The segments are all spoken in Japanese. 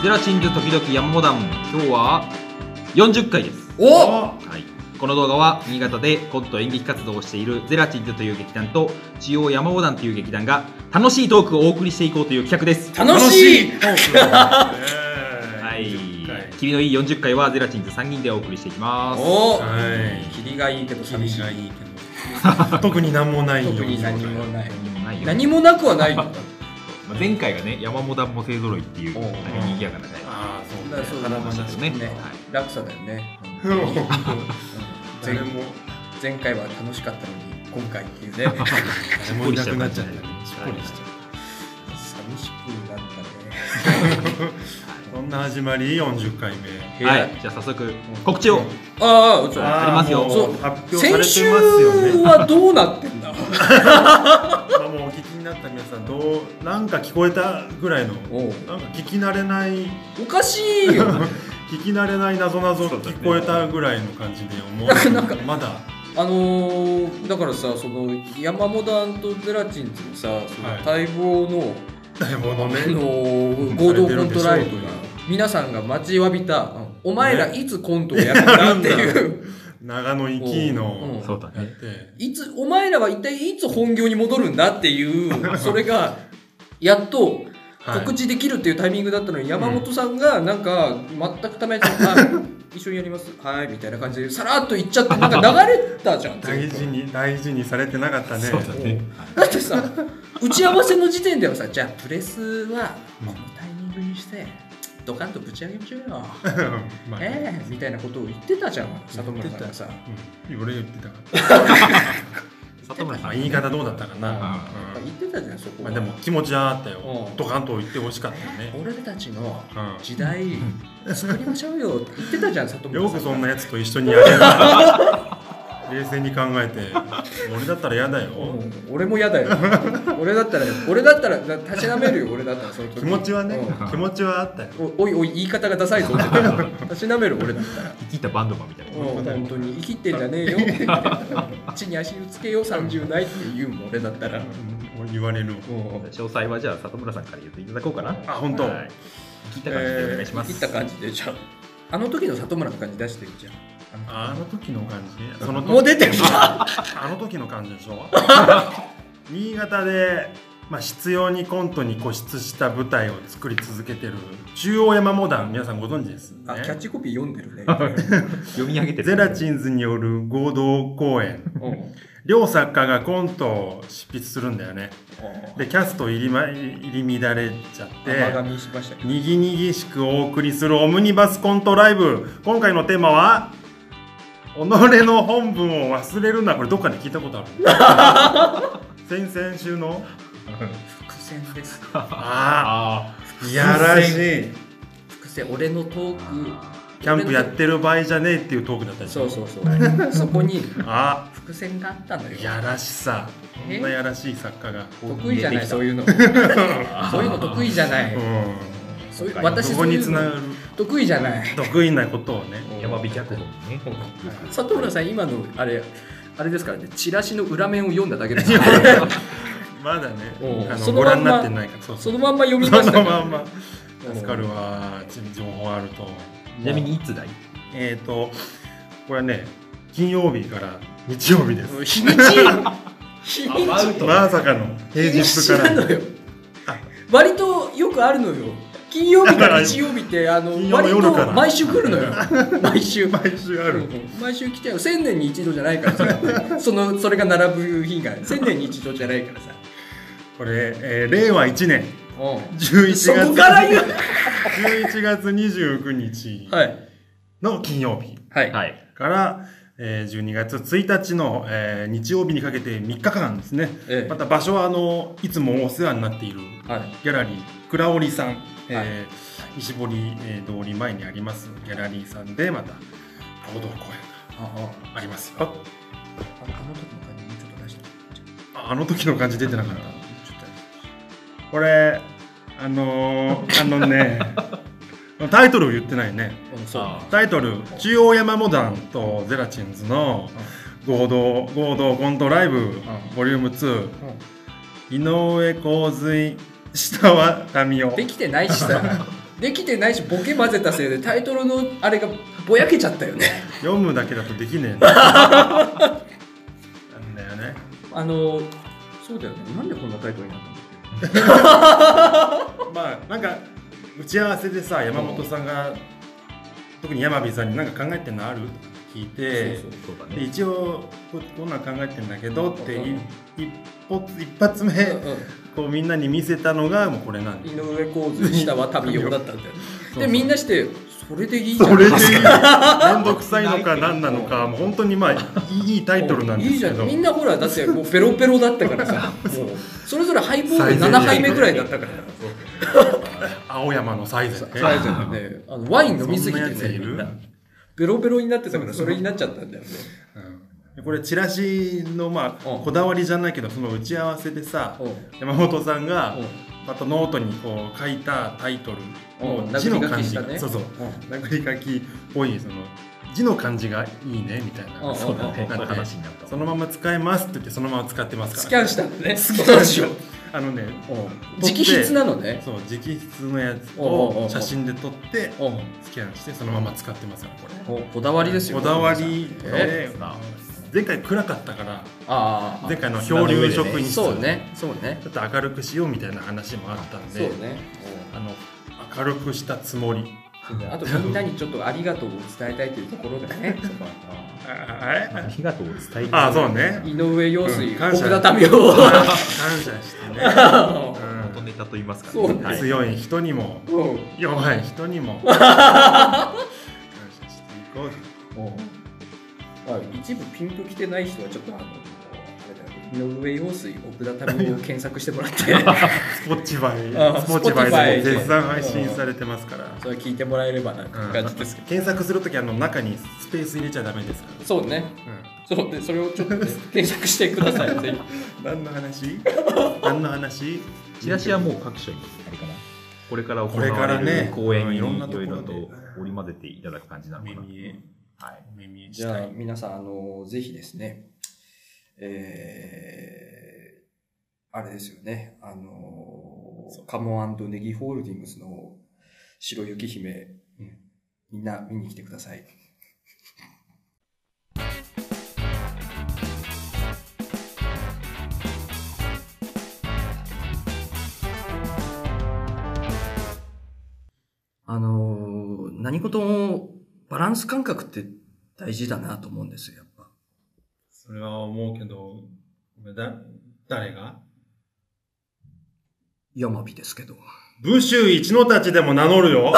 ゼラチンズ時々山モダン、今日は40回です。はい、この動画は新潟でコント演劇活動をしているゼラチンズという劇団と中央山モダンという劇団が楽しいトークをお送りしていこうという企画です。 楽しいトークはい、霧のいい40回はゼラチンズ3人でお送りしていきます。 霧がいいけど寂しい。 特に何もないよ。 特に何もない。何もなくはない。 前回がね、山モダンも勢ぞろいっていう賑やかな回。 ああ、そうだね。落差だよね。前回は楽しかったのに今回っていうね。 誰もいなくなっちゃった。寂しくなったね。 そんな始まり40回目。 はい、じゃあ早速告知をありますよ。 先週はどうなってんだ。 もうお聞きになった皆さんなんか聞こえたぐらいのなんか聞き慣れないおかしいよ。 聞き慣れない謎聞こえたぐらいの感じで思う。なんかまだだからさ、その山モダンとゼラチンズのさ、その待望の合同コントライブが皆さんが待ちわびた、お前らいつコントをやるんだっていう長野行きのそうだね。 お前らは一体いつ本業に戻るんだっていうそれがやっと告知できるっていうタイミングだったのに、山本さんがなんか全くためず一緒にやりますはいみたいな感じでさらっと言っちゃって、なんか流れたじゃん。 大事にされてなかったね。 そうだね。 だってさ、打ち合わせの時点ではさ、じゃあプレスはこのタイミングにしてドカンとぶち上げましょうよみたいなことを言ってたじゃん、里村さんがさ。 俺言ってたから里村さん言い方どうだったかな。 言ってたじゃん、そこは。 でも気持ちはあったよ。ドカンと言ってほしかったよね。 俺たちの時代作りましょうよって言ってたじゃん、里村さん。 よくそんなやつと一緒にやれる。冷静に考えて、俺だったら嫌だよ。 俺も嫌だよ。俺だったらたしなめるよ。俺だったらその時。 気持ちはね、気持ちはあったよ。 おい言い方がダサいぞ。たしなめる俺だったら。 生きたバンドマンみたいな。 本当に生きてんじゃねえよ。地に足をつけよう30ないって言うもん俺だったら。 言われる。 詳細はじゃあ里村さんから言っていただこうかな。 本当。 生きた感じでお願いします。 生きた感じでじゃあ。あの時の里村の感じ出してるじゃん。 あの時の感じ。 もう出てる。 あの時の感じでしょ。新潟で必要にコントに固執した舞台を作り続けてる中央山モダン、皆さんご存知ですね。 キャッチコピー読んでるね。 読み上げてる。 ゼラチンズによる合同公演。両作家がコントを執筆するんだよね。でキャスト入り乱れちゃってにぎにぎしくお送りするオムニバスコントライブ。今回のテーマは己の本分を忘れるな。これどっかで聞いたことある？先週の伏線です。 いやらしい伏線。俺のトークキャンプやってる場合じゃねえっていうトークだったり。 そうそこに伏線があったのよ。 やらしさ。こんなやらしい作家が得意じゃない。そういうのそういうの得意じゃない。私そういうの得意じゃない。 得意なことをね。 山火脚本ね。 里村さん今のあれですからね、チラシの裏面を読んだだけですまだね、ご覧になってないから。 そのまんま読みました。 そのまんま助かるわ。情報あると。 ちなみにいつだい？ これはね、金曜日から日曜日です。 日にちまさかの平日から。 割とよくあるのよ。金曜日から日曜日って割と毎週来るのよ。毎週ある。毎週来てよ。1000年に一度じゃないからさ。それが並ぶ日が1000年に一度じゃないからさ。 これ令和1年そこから言う。 11月29日の金曜日から12月1日の日曜日にかけて3日間ですね。また場所はいつもお世話になっているギャラリー倉織さん、石堀通り前にありますギャラリーさんでまた合同公演がありますよ。あの時の感じ出てなかった。これねタイトルを言ってないね。タイトル中央山モダンとゼラチンズの合同コントライブボリューム2、井上洪水下は民生。 できてないしさできてないし、ボケ混ぜたせいでタイトルのあれがぼやけちゃったよね。 読むだけだとできねえんだ。なんだよね。 そうだよね。なんでこんなタイトルになったんだっけ。 まあなんか打ち合わせでさ、山本さんが特に山火さんに何か考えてんのあると聞いて、で一応こんなん考えてんだけどって一発目こうみんなに見せたのがもうこれなんで、 井上公図下は旅用だったんだよ。でみんなしてそれでいいじゃん。 それでいい。面倒くさいのか何なのか、もう本当にまあいいタイトルなんですけど。 いいじゃん。みんなほらだってもうペロペロだったからさ、もうそれぞれハイボール7杯目ぐらいだったから。 青山のサイズね。ワイン飲みすぎてね、みんなベロベロになってたからそれになっちゃったんだよね。 これチラシのまあこだわりじゃないけど、その打ち合わせでさ、山本さんがまたノートにこう書いたタイトルの字の感じが、そうそう、殴り書きっぽいその字の感じがいいねみたいな、 そうだね、話になった。 そのまま使えますって言ってそのまま使ってますから。 スキャンしたのね。 スキャンしよう。 直筆なのね。 そう、直筆のやつを写真で撮ってスキャンしてそのまま使ってますからこれ。 こだわりですよ。 こだわりで。前回暗かったから、前回の漂流職員室、 そうね、そうね、 ちょっと明るくしようみたいな話もあったんで、 そうね、 明るくしたつもり。 あとみんなにちょっとありがとうを伝えたいというところだね。 ありがとうを伝えたい。 あ、そうね。 井上陽水、奥田民生を感謝してね。 元ネタと言いますか。 強い人にも弱い人にも感謝していこう。 一部ピンときてない人はちょっと井上陽水奥田民生を検索してもらってスポッチファイで絶賛配信されてますから、 それ聞いてもらえればな感じですけど、 検索するとき中にスペース入れちゃダメですから。 そうね、そうでそれをちょっと検索してください。ぜひ。 何の話？何の話？ チラシはもう各所にあれかな。これから行われる公演にいろいろと織り交ぜていただく感じなのかな。 はい、じゃあ皆さんぜひですね、あれですよね、カモ&ネギホールディングスの白雪姫、みんな見に来てください。何事もバランス感覚って大事だなと思うんですよ、やっぱ。 それは思うけど、誰が？ 山火ですけど。 武州一の太刀でも名乗るよ。ね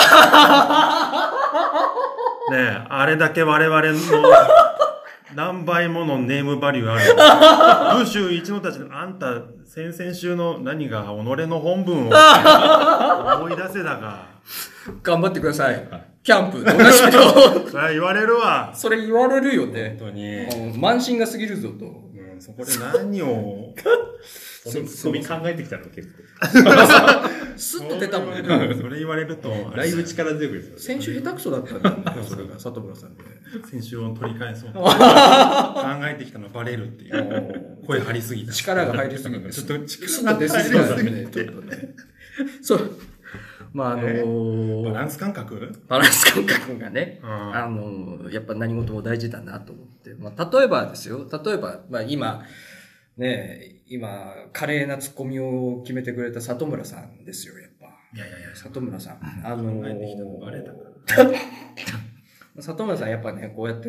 え、あれだけ我々の何倍ものネームバリューある。武州一の太刀で、あんた先々週の何が己の本文を思い出せだが。 頑張ってください。キャンプ同じと。 それ言われるわ。 それ言われるよね。 本当に。 慢心が過ぎるぞと。 そこで何を。 ツッコミ考えてきたの結構。 スッと出たもんね。 それ言われると。 だいぶ力強くですよ。 先週下手くそだったんだよね。それが里村さんで。 先週を取り返そう。考えてきたのバレるっていう。声張りすぎた。 力が入りすぎて。 ちょっと力が出すぎたね。ちょっとね。そう。まあバランス感覚がね、やっぱ何事も大事だなと思って。まあ、例えばですよ。例えば、まあ今、華麗なツッコミを決めてくれた里村さんですよ、やっぱ。 いや、 里村さん。里村さんやっぱね、こうやって、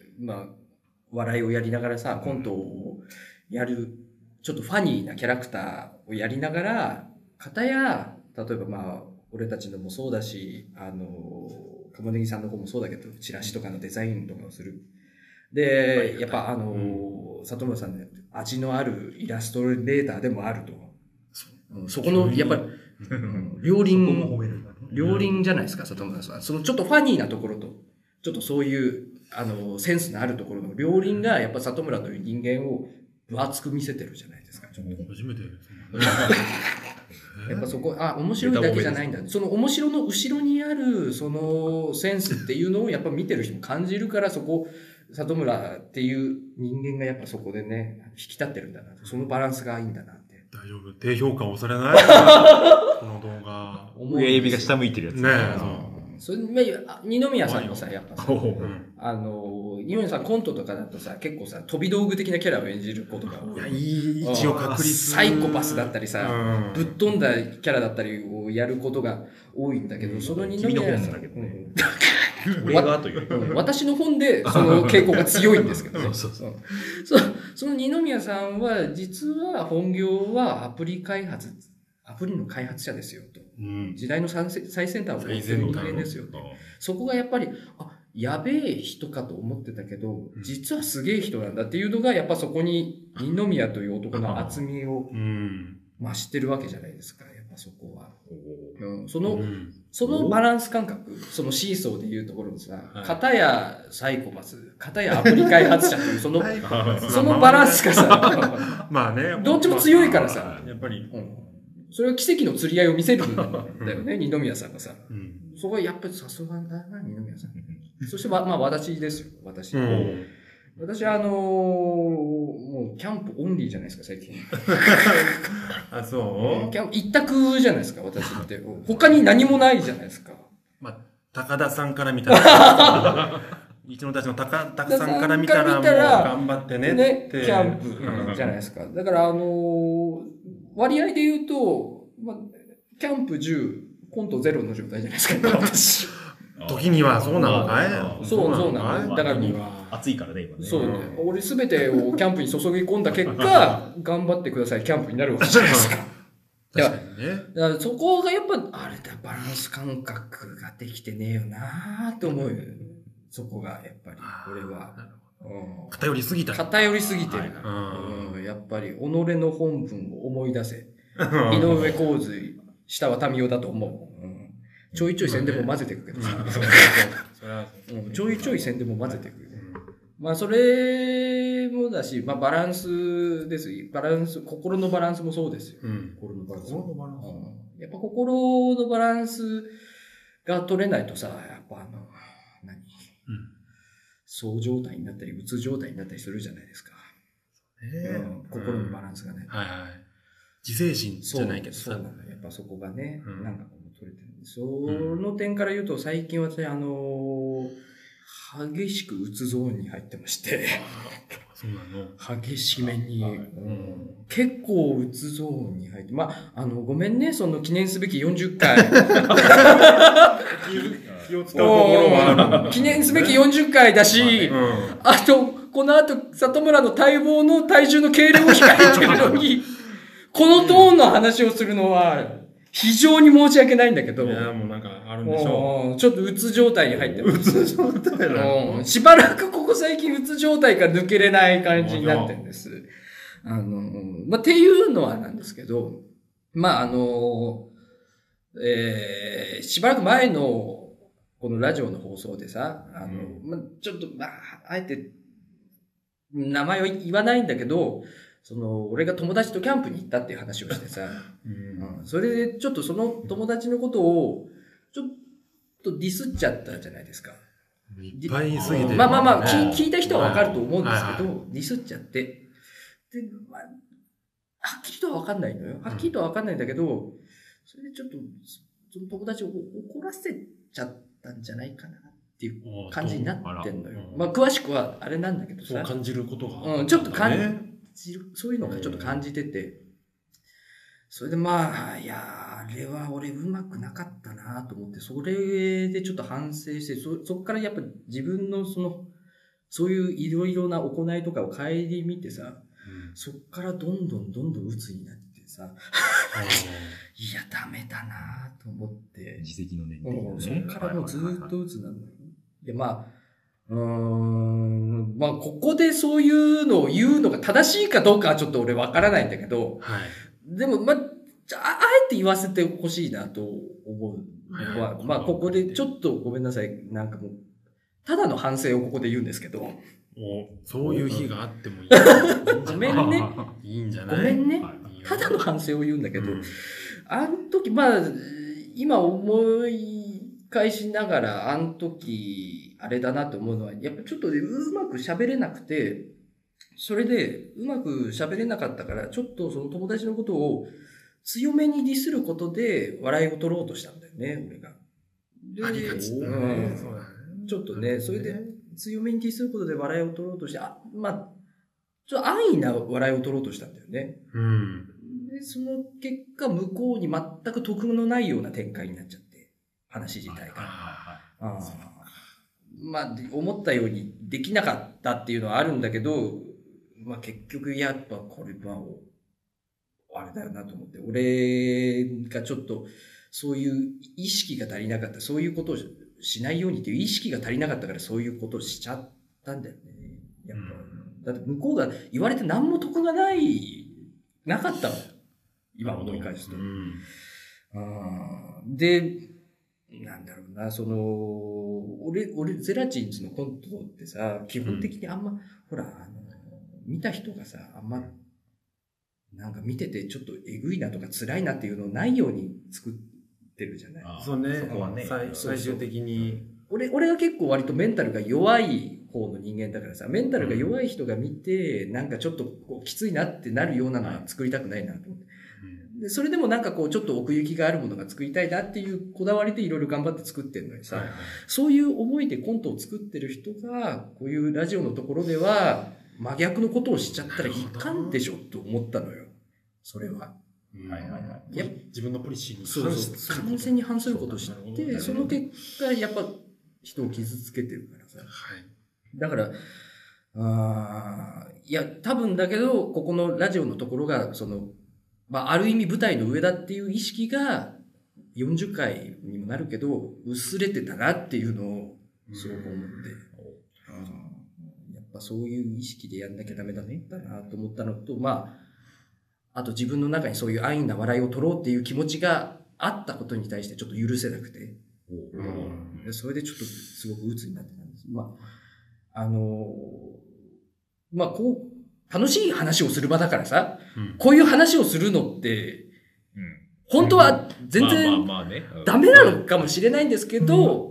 まあ、笑いをやりながらさ、コントをやる、ちょっとファニーなキャラクターをやりながら、片や、例えばまあ、俺たちのもそうだし、鴨ネギさんの方もそうだけど、チラシとかのデザインとかをする。で、やっぱ里村さんね、味のあるイラストレーターでもあると。そこの、やっぱり、両輪じゃないですか、里村さん。そのちょっとファニーなところと、ちょっとそういう、センスのあるところの両輪が、やっぱ里村という人間を分厚く見せてるじゃないですか。 初めてですやっぱそこ、面白いだけじゃないんだ。その面白の後ろにある、そのセンスっていうのをやっぱ見てる人も感じるから、そこ、里村っていう人間がやっぱそこでね、引き立ってるんだな。そのバランスがいいんだなって。 大丈夫。低評価押されないこの動画。 親指が下向いてるやつ。 ねそれ、二宮さんもさ、やっぱさ、二宮さんコントとかだとさ、結構さ、飛び道具的なキャラを演じることが多い。 一応確率。 サイコパスだったりさ、ぶっ飛んだキャラだったりをやることが多いんだけど、その二宮さん。私の本でその傾向が強いんですけどね。その二宮さんは、実は本業はアプリの開発者ですよと。時代の最先端を追ってる人間ですよと。そこがやっぱり、やべえ人かと思ってたけど、実はすげえ人なんだっていうのが、やっぱそこに二宮という男の厚みを増してるわけじゃないですか、やっぱそこは。そのバランス感覚、そのシーソーでいうところのさ、片やサイコパス、片やアプリ開発者という、そのバランスがさ、 まあね、 どっちも強いからさ、 やっぱり、 それは奇跡の釣り合いを見せるんだよね、二宮さんがさ。そこはやっぱりさすがだな、二宮さん。そして私ですよ、私。私もうキャンプオンリーじゃないですか、最近。 そうキャンプ一択じゃないですか、私って。他に何もないじゃないですか。 高田さんから見たら、一野たちの高田さんから見たら、もう頑張ってねって。 キャンプじゃないですか。だから割合で言うと、キャンプ10、コント0の状態じゃないですか、私。 時にはそうなのかい？ そうなの。だから、 暑いからね、今ね。 そうね。俺すべてをキャンプに注ぎ込んだ結果、頑張ってください、キャンプになるわけじゃないですか。 確かにね。 だからそこがやっぱ、あれだ、バランス感覚ができてねえよなーって思うよ。そこが、やっぱり、俺は。 偏りすぎた。 偏りすぎてる。やっぱり、己の本分を思い出せ。井上洪水、下は民夫だと思う。ちょいちょい線でも混ぜていくけどさ。ちょいちょい線でも混ぜていく。それもだし、バランスです。心のバランスもそうですよ。心のバランス。やっぱ心のバランスが取れないとさ、やっぱそう状態になったり、うつ状態になったりするじゃないですか。心のバランスがね。 自制心じゃないけどさ。 そうなんだ。やっぱそこがね、なんか取れてる。その点から言うと、最近私、激しくうつゾーンに入ってまして。 そうなの？激しめに。結構うつゾーンに入って。ごめんね、その記念すべき40回。 気を使うところはある。 記念すべき40回だし、この後、里村の待望の体重の計量を控えてるのに、このトーンの話をするのは、非常に申し訳ないんだけど。 いや、もうなんかあるんでしょう。ちょっとうつ状態に入ってます。 うつ状態なの？ しばらくここ最近うつ状態から抜けれない感じになってるんです。っていうのはなんですけど、しばらく前のこのラジオの放送でさ、ちょっと、あえて、名前は言わないんだけど、俺が友達とキャンプに行ったっていう話をしてさ、それでちょっとその友達のことを、ちょっとディスっちゃったじゃないですか。 いっぱいすぎて。 聞いた人はわかると思うんですけど、ディスっちゃって。で、はっきりとはわかんないのよ。はっきりとはわかんないんだけど、それでちょっと、その友達を怒らせちゃったんじゃないかなっていう感じになってんのよ。詳しくはあれなんだけどさ。 そう感じることが。 ちょっとそういうのがちょっと感じてて、それであれは俺うまくなかったなと思って、それでちょっと反省して、そこからやっぱ自分のそういういろいろな行いとかを顧みてさ、そっからどんどん鬱になってさ、いや、ダメだなと思って。 自責の念そっからもうずっと鬱なのよ。いや、ここでそういうのを言うのが正しいかどうかはちょっと俺わからないんだけど、でも、あえて言わせてほしいなと思うのは、ここでちょっとごめんなさい、なんかもう、ただの反省をここで言うんですけど。 そういう日があってもいい。 ごめんね。 いいんじゃない？ ごめんね。ただの反省を言うんだけど、あの時、今思い返しながら、あの時、あれだなと思うのは、やっぱちょっとうまく喋れなくて、 それで、うまく喋れなかったから、ちょっとその友達のことを強めにディスることで笑いを取ろうとしたんだよね、俺が。 ありがちだね。ちょっとね、それで強めにディスることで笑いを取ろうとして、まあ、ちょっと安易な笑いを取ろうとしたんだよね。で、その結果、向こうに全く得のないような展開になっちゃって、話自体が。まあ、思ったようにできなかったっていうのはあるんだけど、まあ結局やっぱこれは、あれだよなと思って、俺がちょっとそういう意識が足りなかった、そういうことをしないようにっていう意識が足りなかったからそういうことをしちゃったんだよね。やっぱ、だって向こうが言われて何も得がなかったの。今思い返すと。で、なんだろうな、俺、ゼラチンズのコントってさ、基本的にあんま、ほら、見た人がさ、あんま、なんか見ててちょっとえぐいなとか辛いなっていうのないように作ってるじゃない。 そうね。そこはね。最終的に。 俺が結構割とメンタルが弱い方の人間だからさ、メンタルが弱い人が見て、なんかちょっとこうきついなってなるようなのは作りたくないなと思って。でそれでもなんかこうちょっと奥行きがあるものが作りたいなっていうこだわりでいろいろ頑張って作ってるのにさ、そういう思いでコントを作ってる人が、こういうラジオのところでは、真逆のことをしちゃったらいかんでしょと思ったのよ。それは。 自分のポリシーに完全に反することをして、その結果、やっぱ人を傷つけてるからさ。だから、いや、多分だけど、ここのラジオのところが、まあ、ある意味舞台の上だっていう意識が、40回にもなるけど、薄れてたなっていうのを、すごく思って。そういう意識でやんなきゃダメだったなと思ったのと、まあ、あと自分の中にそういう安易な笑いを取ろうっていう気持ちがあったことに対してちょっと許せなくて、それでちょっとすごく鬱になってたんです。まあ、まあこう、楽しい話をする場だからさ、こういう話をするのって、本当は全然ダメなのかもしれないんですけど、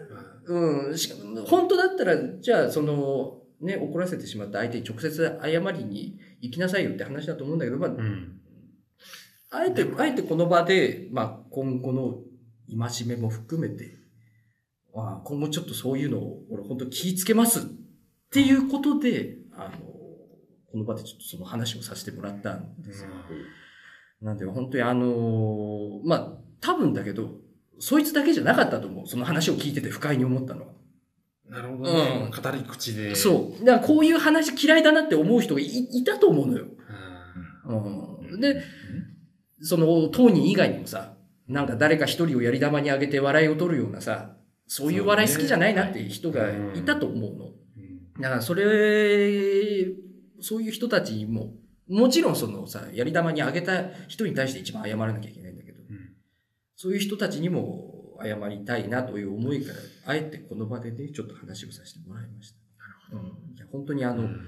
本当だったら、じゃあ怒らせてしまった相手に直接謝りに行きなさいよって話だと思うんだけど、まあ、あえてこの場で、まあ、今後の戒めも含めて、今後ちょっとそういうのを俺本当気ぃつけますっていうことで、この場でちょっとその話をさせてもらったんですよ。なんで本当にまあ、多分だけど、そいつだけじゃなかったと思う。その話を聞いてて不快に思ったのは。 なるほどね。語り口で。 そう。だからこういう話嫌いだなって思う人がいたと思うのよ。で、当人以外にもさ、なんか誰か一人をやり玉にあげて笑いを取るようなさ、そういう笑い好きじゃないなっていう人がいたと思うの。だからそういう人たちにも、もちろんやり玉にあげた人に対して一番謝らなきゃいけないんだけど、そういう人たちにも、謝りたいなという思いから、あえてこの場でね、ちょっと話をさせてもらいました。なるほど。いや本当に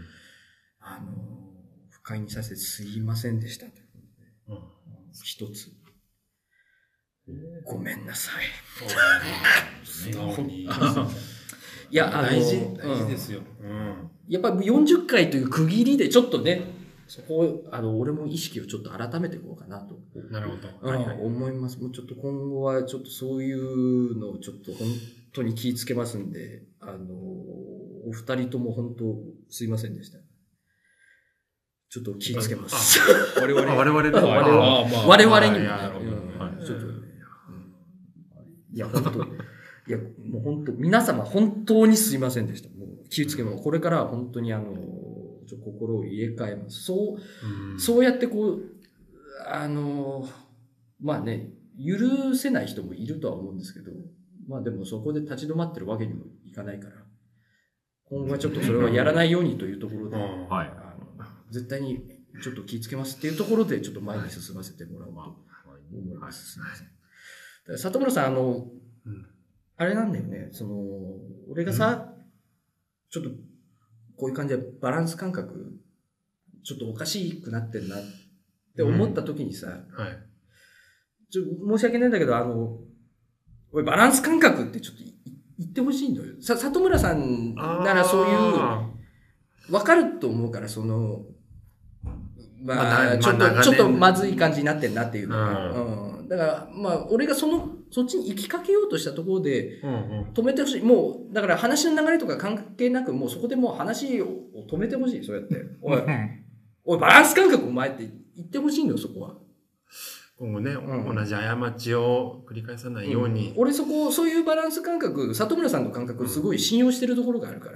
不快にさせてすいませんでした。一つ。ごめんなさい。 素直に。いや、 大事ですよ。 やっぱ40回という区切りでちょっとね、そこを、俺も意識をちょっと改めていこうかなと。 なるほど。 思います。もうちょっと今後はちょっとそういうのをちょっと本当に気をつけますんで、お二人とも本当すいませんでした。ちょっと気をつけます。 我々にも。 ちょっと、いや、本当、もう本当、皆様本当にすいませんでした。もう気をつけます。これからは本当に心を入れ替えます。そうやってこう、まあね、許せない人もいるとは思うんですけど、まあでもそこで立ち止まってるわけにもいかないから、今後はちょっとそれはやらないようにというところで、絶対にちょっと気をつけますっていうところでちょっと前に進ませてもらおうと思います。すみません。里村さん、あれなんだよね、俺がさ、ちょっとこういう感じでバランス感覚、ちょっとおかしくなってるなって思った時にさ、申し訳ないんだけど、俺バランス感覚ってちょっと言ってほしいんだよ。里村さんならそういうわかると思うから、ちょっとまずい感じになってんなっていうのが。だから、俺がそっちに行きかけようとしたところで、止めてほしい。もう、だから話の流れとか関係なく、もうそこでもう話を止めてほしい、そうやって。おい、バランス感覚お前って言ってほしいのよ、そこは。 今後ね、同じ過ちを繰り返さないように。 俺そういうバランス感覚、里村さんの感覚すごい信用してるところがあるから。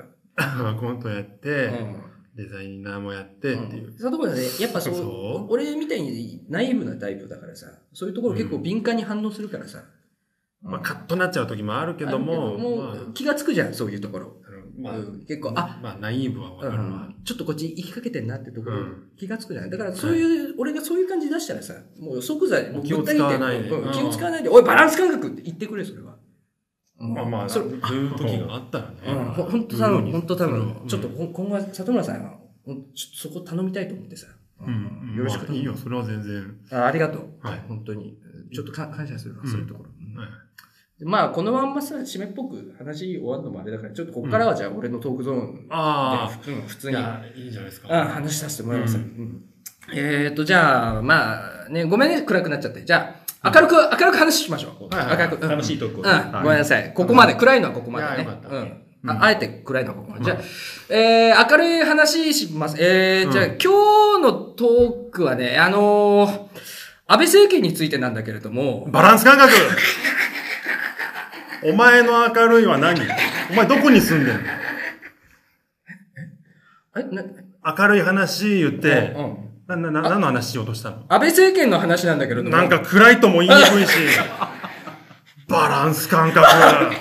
コントやって、デザイナーもやってっていう。 里村さんね、やっぱ俺みたいにナイーブなタイプだからさ、そういうところ結構敏感に反応するからさ。 カッとなっちゃう時もあるけども。 もう気がつくじゃん、そういうところ。結構、 ナイーブはわかるわ。 ちょっとこっち行きかけてんなってところ、気がつくじゃない。だからそういう、俺がそういう感じ出したらさ、もう即座に、 気を使わないで。 気を使わないで、おい、バランス感覚って言ってくれ、それは。 そういう時があったらね。 本当多分、ちょっと今後は里村さんは、そこ頼みたいと思ってさ。よろしく。 いいよ、それは全然。 ありがとう。本当に。ちょっと感謝するわ、そういうところ。このまんまさ、締めっぽく話終わるのもあれだから、ちょっとここからはじゃあ俺のトークゾーンで、普通に。 いいじゃないですか。 話させてもらいます。じゃあ、ごめんね、暗くなっちゃって。じゃあ、明るく話しましょう。明るく。 楽しいトーク。 ごめんなさい。ここまで、暗いのはここまでね。あえて暗いのはここまで。じゃあ、明るい話します。じゃあ、今日のトークはね、安倍政権についてなんだけれども。 バランス感覚お前の明るいは何？お前どこに住んでんの？明るい話言って、何の話しようとしたの？ 安倍政権の話なんだけれども。 なんか暗いとも言いにくいし、バランス感覚。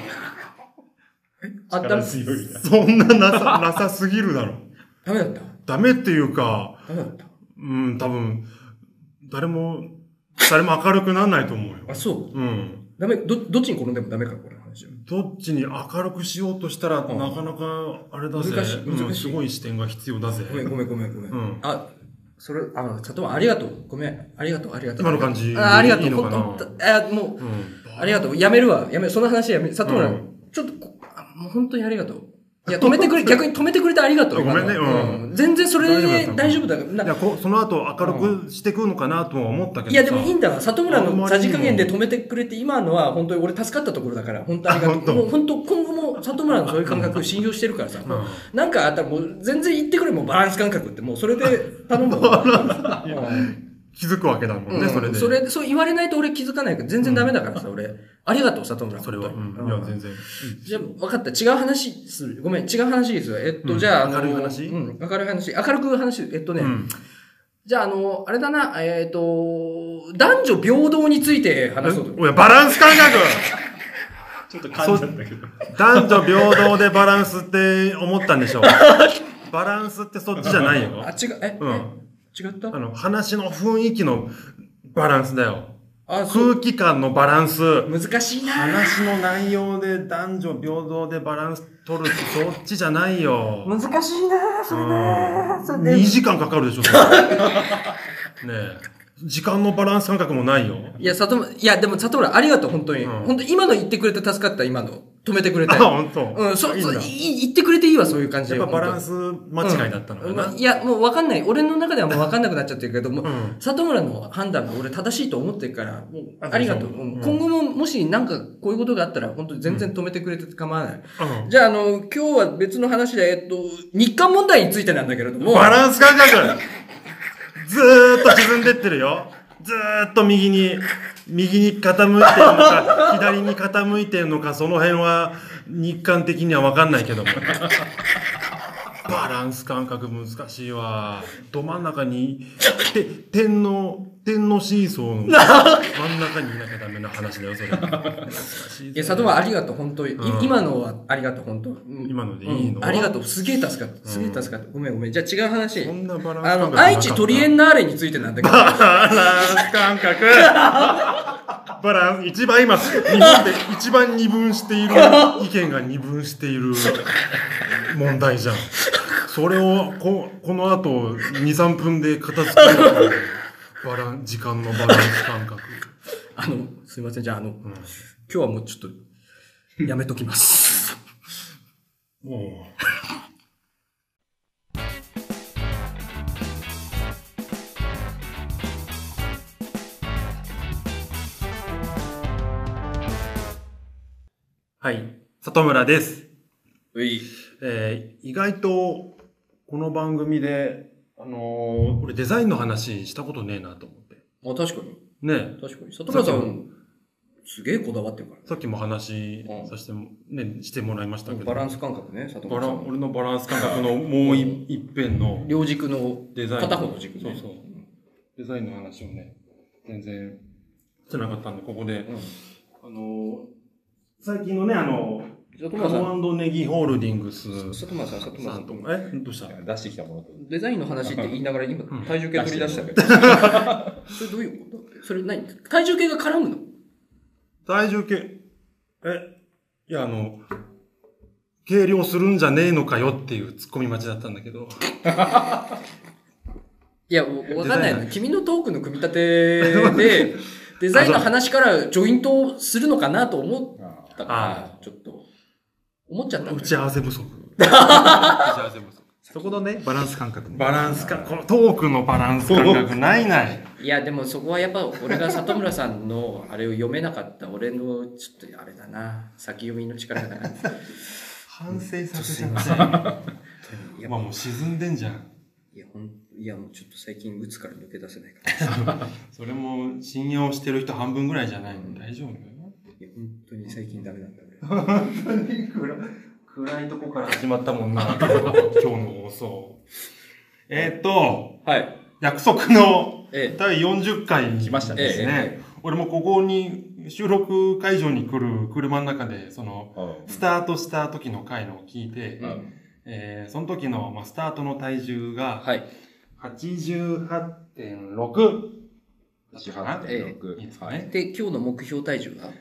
そんななさすぎるだろ。 ダメだった？ ダメっていうか、 ダメだった？ 多分、誰も明るくならないと思うよ。 あ、そう？ダメ、どっちに転んでもダメか、これ話。 どっちに明るくしようとしたら、なかなか、あれだぜ。難しい。すごい視点が必要だぜ。 ごめん。それ、里村ありがとう。ごめん。ありがとう。 今の感じ。 ありがとう。もう、ありがとう。やめるわ。その話やめ、里村、ちょっと、もう本当にありがとう。いや、逆に止めてくれてありがとう。 ごめんね。 全然それで大丈夫だから。 いや、その後明るくしてくるのかなとは思ったけど。 いや、でもいいんだわ。里村のさじ加減で止めてくれて、今のは本当に俺助かったところだから、本当ありがとう。もう本当、今後も里村のそういう感覚信用してるからさ。なんかあったらもう全然言ってくれ、もうバランス感覚って、もうそれで頼むわ。 気づくわけだもんね、それで。 そう言われないと俺気づかないから全然ダメだからさ、俺。ありがとう、里村。 それは。いや、全然。 じゃあ、分かった。違う話する。ごめん、違う話ですよ。じゃあ、 明るい話？ 明るい話。明るく話。じゃあ、あれだな、男女平等について話そうと。 おや、バランス感覚ちょっと噛んじゃったけど。 男女平等でバランスって思ったんでしょう。バランスってそっちじゃないよ。 違った話の雰囲気のバランスだよ。空気感のバランス。 難しいな。 話の内容で男女平等でバランス取るってそっちじゃないよ。 難しいな、それね。 2時間かかるでしょ、それ。ねえ。時間のバランス感覚もないよ。 いや、でも里村ありがとう、本当に。本当今の言ってくれて助かった、今の。止めてくれて。 本当。 言ってくれていいわ、そういう感じで。 やっぱバランス間違いだったのかな。 いや、もう分かんない。俺の中ではもう分かんなくなっちゃってるけども、里村の判断が俺正しいと思ってるから、もうありがとう。今後ももしなんかこういうことがあったら、本当に全然止めてくれて構わない。じゃあ、今日は別の話で、日韓問題についてなんだけれども。 バランス感覚ずーっと沈んでってるよ。ずーっと右に傾いてるのか、左に傾いてるのか、その辺は日韓的には分かんないけども。バランス感覚難しいわ。ど真ん中に、点のシーソーの真ん中にいなきゃダメな話だよ、それ。難しい。 いや、里村ありがとう、本当に。今のはありがとう、本当。 今のでいいの？ ありがとう、すげえ助かった。すげえ助かった。ごめん。じゃあ違う話。 そんなバランス感覚。 愛知トリエンナーレについてなんだけど。 バランス感覚バランス、一番今、日本で一番二分している、意見が二分している問題じゃん。それを、この後、2、3分で片付ける。時間のバランス感覚。 すいません、じゃあ今日はもうちょっと、やめときます。 もう。 はい、里村です。 意外とこの番組で俺デザインの話したことねえなと思って。 確かに。 ね。 確かに。里村さんすげえこだわってるから、ね。 さっきも話させても、ね、してもらいましたけど。 バランス感覚ね、里村さん。 俺のバランス感覚のもう一辺の。 両軸のデザイン。 片方の軸ね。 そう。デザインの話をね、全然してなかったんで、ここで。最近のね、カモ&ネギホールディングス。 里村さんと。 どうした出してきたものと。 デザインの話って言いながら今、体重計取り出したけど。それどういうこと？それ何？体重計が絡むの？ 体重計、いや計量するんじゃねえのかよっていうツッコミ待ちだったんだけど。 いや、わかんないの。君のトークの組み立てで、デザインの話からジョイントするのかなと思ったから、ちょっと、思っちゃった。 打ち合わせ不足。打ち合わせ不足。 そこのね、バランス感覚ね。 バランス感、このトークのバランス感覚ない。 いや、でもそこはやっぱ、俺が里村さんのあれを読めなかった、俺の、ちょっとあれだな、先読みの力がなかった。 反省させちゃった。まあもう沈んでんじゃん。 いや、もうちょっと最近鬱から抜け出せないから。 それも信用してる人半分ぐらいじゃないの？大丈夫？いや、本当に最近ダメなんだ、 俺。本当に暗いとこから始まったもんな、今日の放送。 はい。 約束の第40回来ましたですね。俺もここに収録会場に来る車の中で、スタートした時の回のを聞いて、その時のスタートの体重が、88.6。 88.6。 いいですかね。で、今日の目標体重が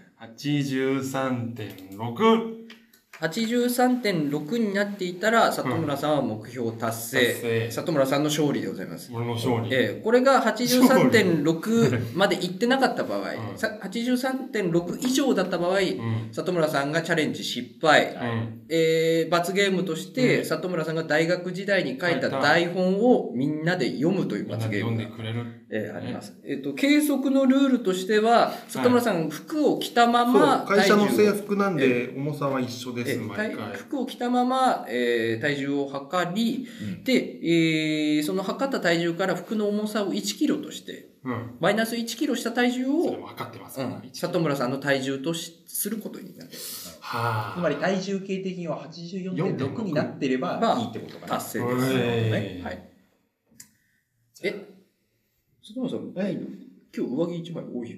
83.6。 83.6 になっていたら、里村さんは目標達成。里村さんの勝利でございます。 俺の勝利。 これが 83.6 までいってなかった場合、83.6 以上だった場合、里村さんがチャレンジ失敗。罰ゲームとして、里村さんが大学時代に書いた台本をみんなで読むという罰ゲームがあります。計測のルールとしては、里村さん服を着たまま、 会社の制服なんで重さは一緒です。 服を着たまま、体重を測り、で、その測った体重から服の重さを1キロとして、マイナス1キロした体重を、里村さんの体重とすることになる。 つまり体重計的には 84.6 になってればいいってことかな。 達成です。はい。里村さん、今日上着1枚多いよ。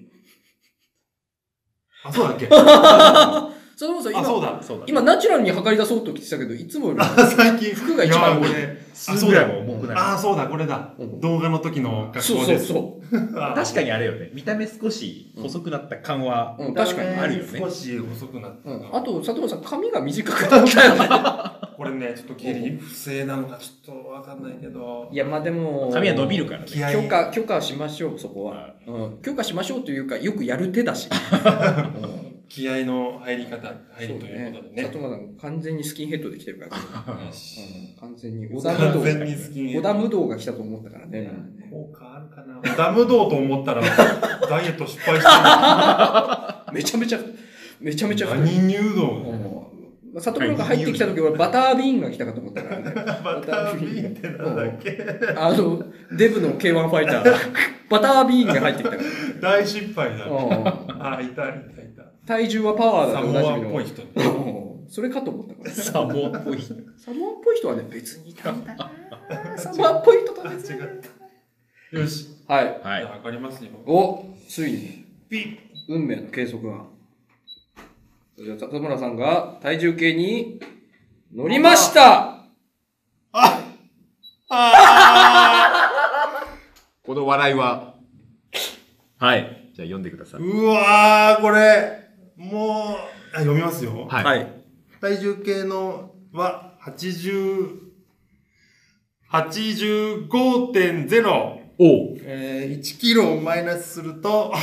あ、そうだっけ里村さん、今ナチュラルに測り出そうと来てたけど、いつもより最近服が一番多い。 数ぐらいも重くなる。 そうだ、これだ。動画の時の格好です。 そう。確かにあれよね。見た目少し細くなった感は、 確かにあるよね。 少し細くなった。 あと、里村さん、髪が短くなったよね。 これね、ちょっと切り不正なのかちょっとわかんないけど。 いや、まあでも。 髪は伸びるからね。 許可しましょう、そこは。許可しましょうというか、よくやる手だし。 気合の入りということでね。 里村さん、完全にスキンヘッドで来てるから。完全に。織田無道が来たと思ったからね。 効果あるかな。織田無道と思ったら、ダイエット失敗した。 めちゃめちゃ。 何入道里村が入ってきた時はバタービーンが来たかと思ったからね。 バタービーンってなんだっけ？ デブの K1 ファイター、バタービーンが入ってきたから。 大失敗だ。いた。 体重はパワーだとサモアっぽい人。 それかと思ったから。 サモアっぽい人。 サモアっぽい人はね、別にいたんだな。サモアっぽい人と別に。 よし。 はい。 わかりますよ。 ついに。運命の計測が。じゃあ、里村さんが体重計に乗りました。 この笑いは。はい。じゃあ読んでください。 うわー、これ、もう、読みますよ。 はい。 体重計のは85.0。1キロをマイナスすると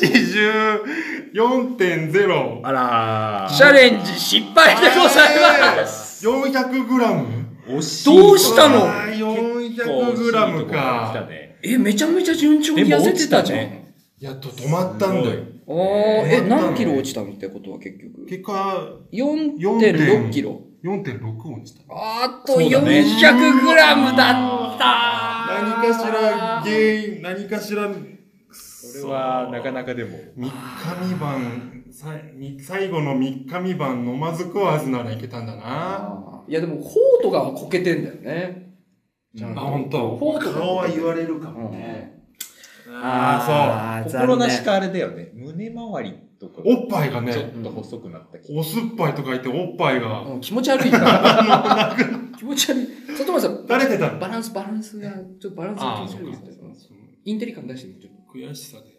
84.0。 あらー。チャレンジ失敗でございます。 400グラム。 どうしたの ？400グラムか。 めちゃめちゃ順調に痩せてたじゃん。 やっと止まったんだよ。 何キロ落ちたのってことは結局。 結果、 4.6 キロ。 4.6 落ちた。 あと400グラムだった何かしら原因、何かしら、 それはなかなかでも。 3日3晩、最後の3日3晩飲まず食わずならいけたんだな。 いやでも、頬とかはこけてんだよね。 ほんと。 頬とか顔は言われるかもね。 そう。心なしかあれだよね。胸周りとか。 おっぱいがね。 ちょっと細くなったおすっぱいとか言っておっぱいが。 気持ち悪いから気持ち悪い。里村さん、 誰でたバランスが、ちょっとバランスが気持ち悪いみたいな。インテリ感出してみて。 悔しさで。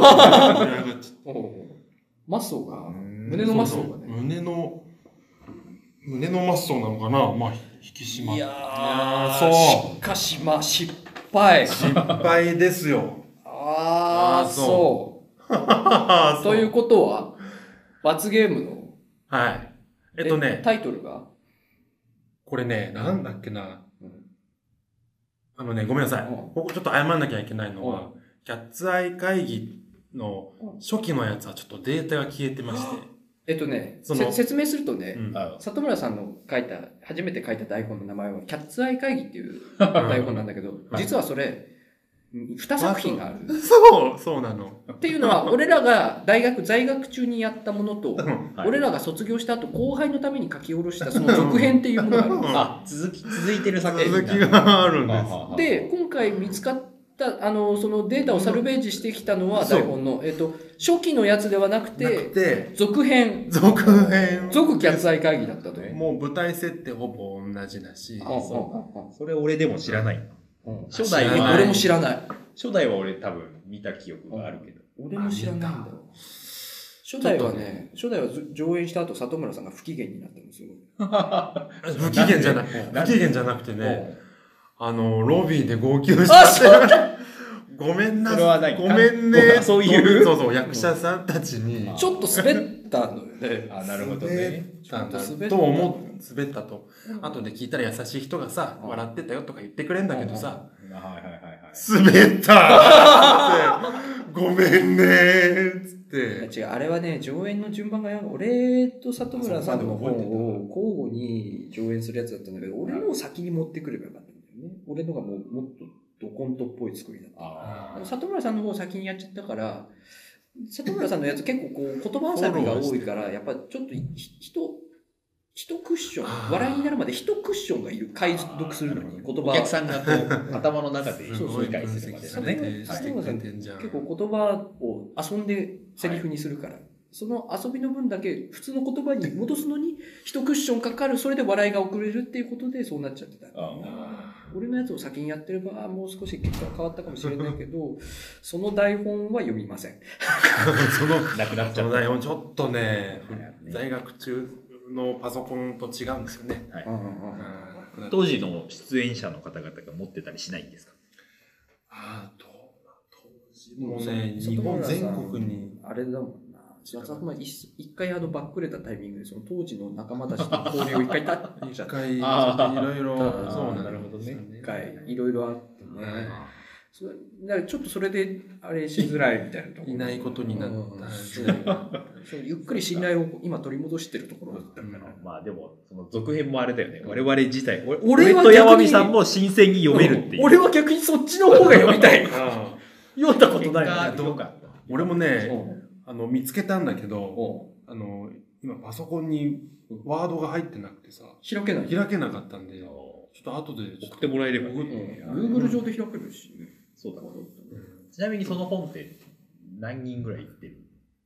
マッソーが、胸のマッソーがね。 胸のマッソーなのかな。まあ、引き締まって。いやー、そう。しかし、まあ、失敗ですよ。 そう。ということは、罰ゲームの。 はい。 タイトルがこれね、なんだっけな。ごめんなさい。ここちょっと謝んなきゃいけないのは、キャッツアイ会議の初期のやつはちょっとデータが消えてまして。 説明するとね、里村さんの初めて書いた台本の名前は、キャッツアイ会議っていう台本なんだけど、実はそれ、2作品がある。 そうなの。 っていうのは、俺らが在学中にやったものと、俺らが卒業した後、後輩のために書き下ろしたその続編っていうものがある。 続いてる作品。 続きがあるんです。 で、今回見つかった、そのデータをサルベージしてきたのは、台本の、初期のやつではなくて、続編。続キャッツアイ会議だったと。 もう舞台設定ほぼ同じだし。 それ俺でも知らない。 初代は俺も知らない。 初代は俺多分見た記憶があるけど。 俺も知らないんだよ。初代は上演した後、里村さんが不機嫌になったんですよ。 不機嫌じゃなくてね、ロビーで号泣した。ごめんなさい。ごめんね。 そういう。 そう、役者さんたちに。 ちょっと滑ったのよね。 なるほどね。 滑ったと。後で聞いたら優しい人がさ、笑ってたよとか言ってくれんだけどさ、滑ったごめんねつって。 違う、あれはね、上演の順番が俺と里村さんの方を交互に上演するやつだったんだけど、俺のを先に持ってくればよかったんだよね。俺のがもっとドコントっぽい作りだった。里村さんの方を先にやっちゃったから、里村さんのやつ結構言葉遊びが多いから、やっぱちょっと一クッション、笑いになるまで一クッションがいる、解読するのに言葉。 お客さんが頭の中で理解するまでですね。 里村さん結構言葉を遊んでセリフにするから。その遊びの分だけ普通の言葉に戻すのに一クッションかかる、それで笑いが遅れるっていうことでそうなっちゃってた。俺のやつを先にやってればもう少し結果変わったかもしれないけど、その台本は読みません。 なくなっちゃった。 その台本ちょっとね、在学中のパソコンと違うんですよね。 当時の出演者の方々が持ってたりしないんですか？ 当時もね、日本全国に。 あれだもん。一回バックれたタイミングで、その当時の仲間たちと交流を一回いろいろ、そうなるほどね。一回、いろいろあってね。だからちょっとそれで、あれしづらいみたいなところ。 いないことになった。 ゆっくり信頼を今取り戻してるところだったから。 まあでも、その続編もあれだよね。我々自体、俺と山美さんも新鮮に読めるっていう。 俺は逆にそっちの方が読みたい。読んだことない。 俺もね、見つけたんだけど、今パソコンにワードが入ってなくてさ、 開けなかったんで、ちょっと後で送ってもらえればいい。 Google 上で開けるし。 そうだ。ちなみにその本って何人ぐらい行ってる？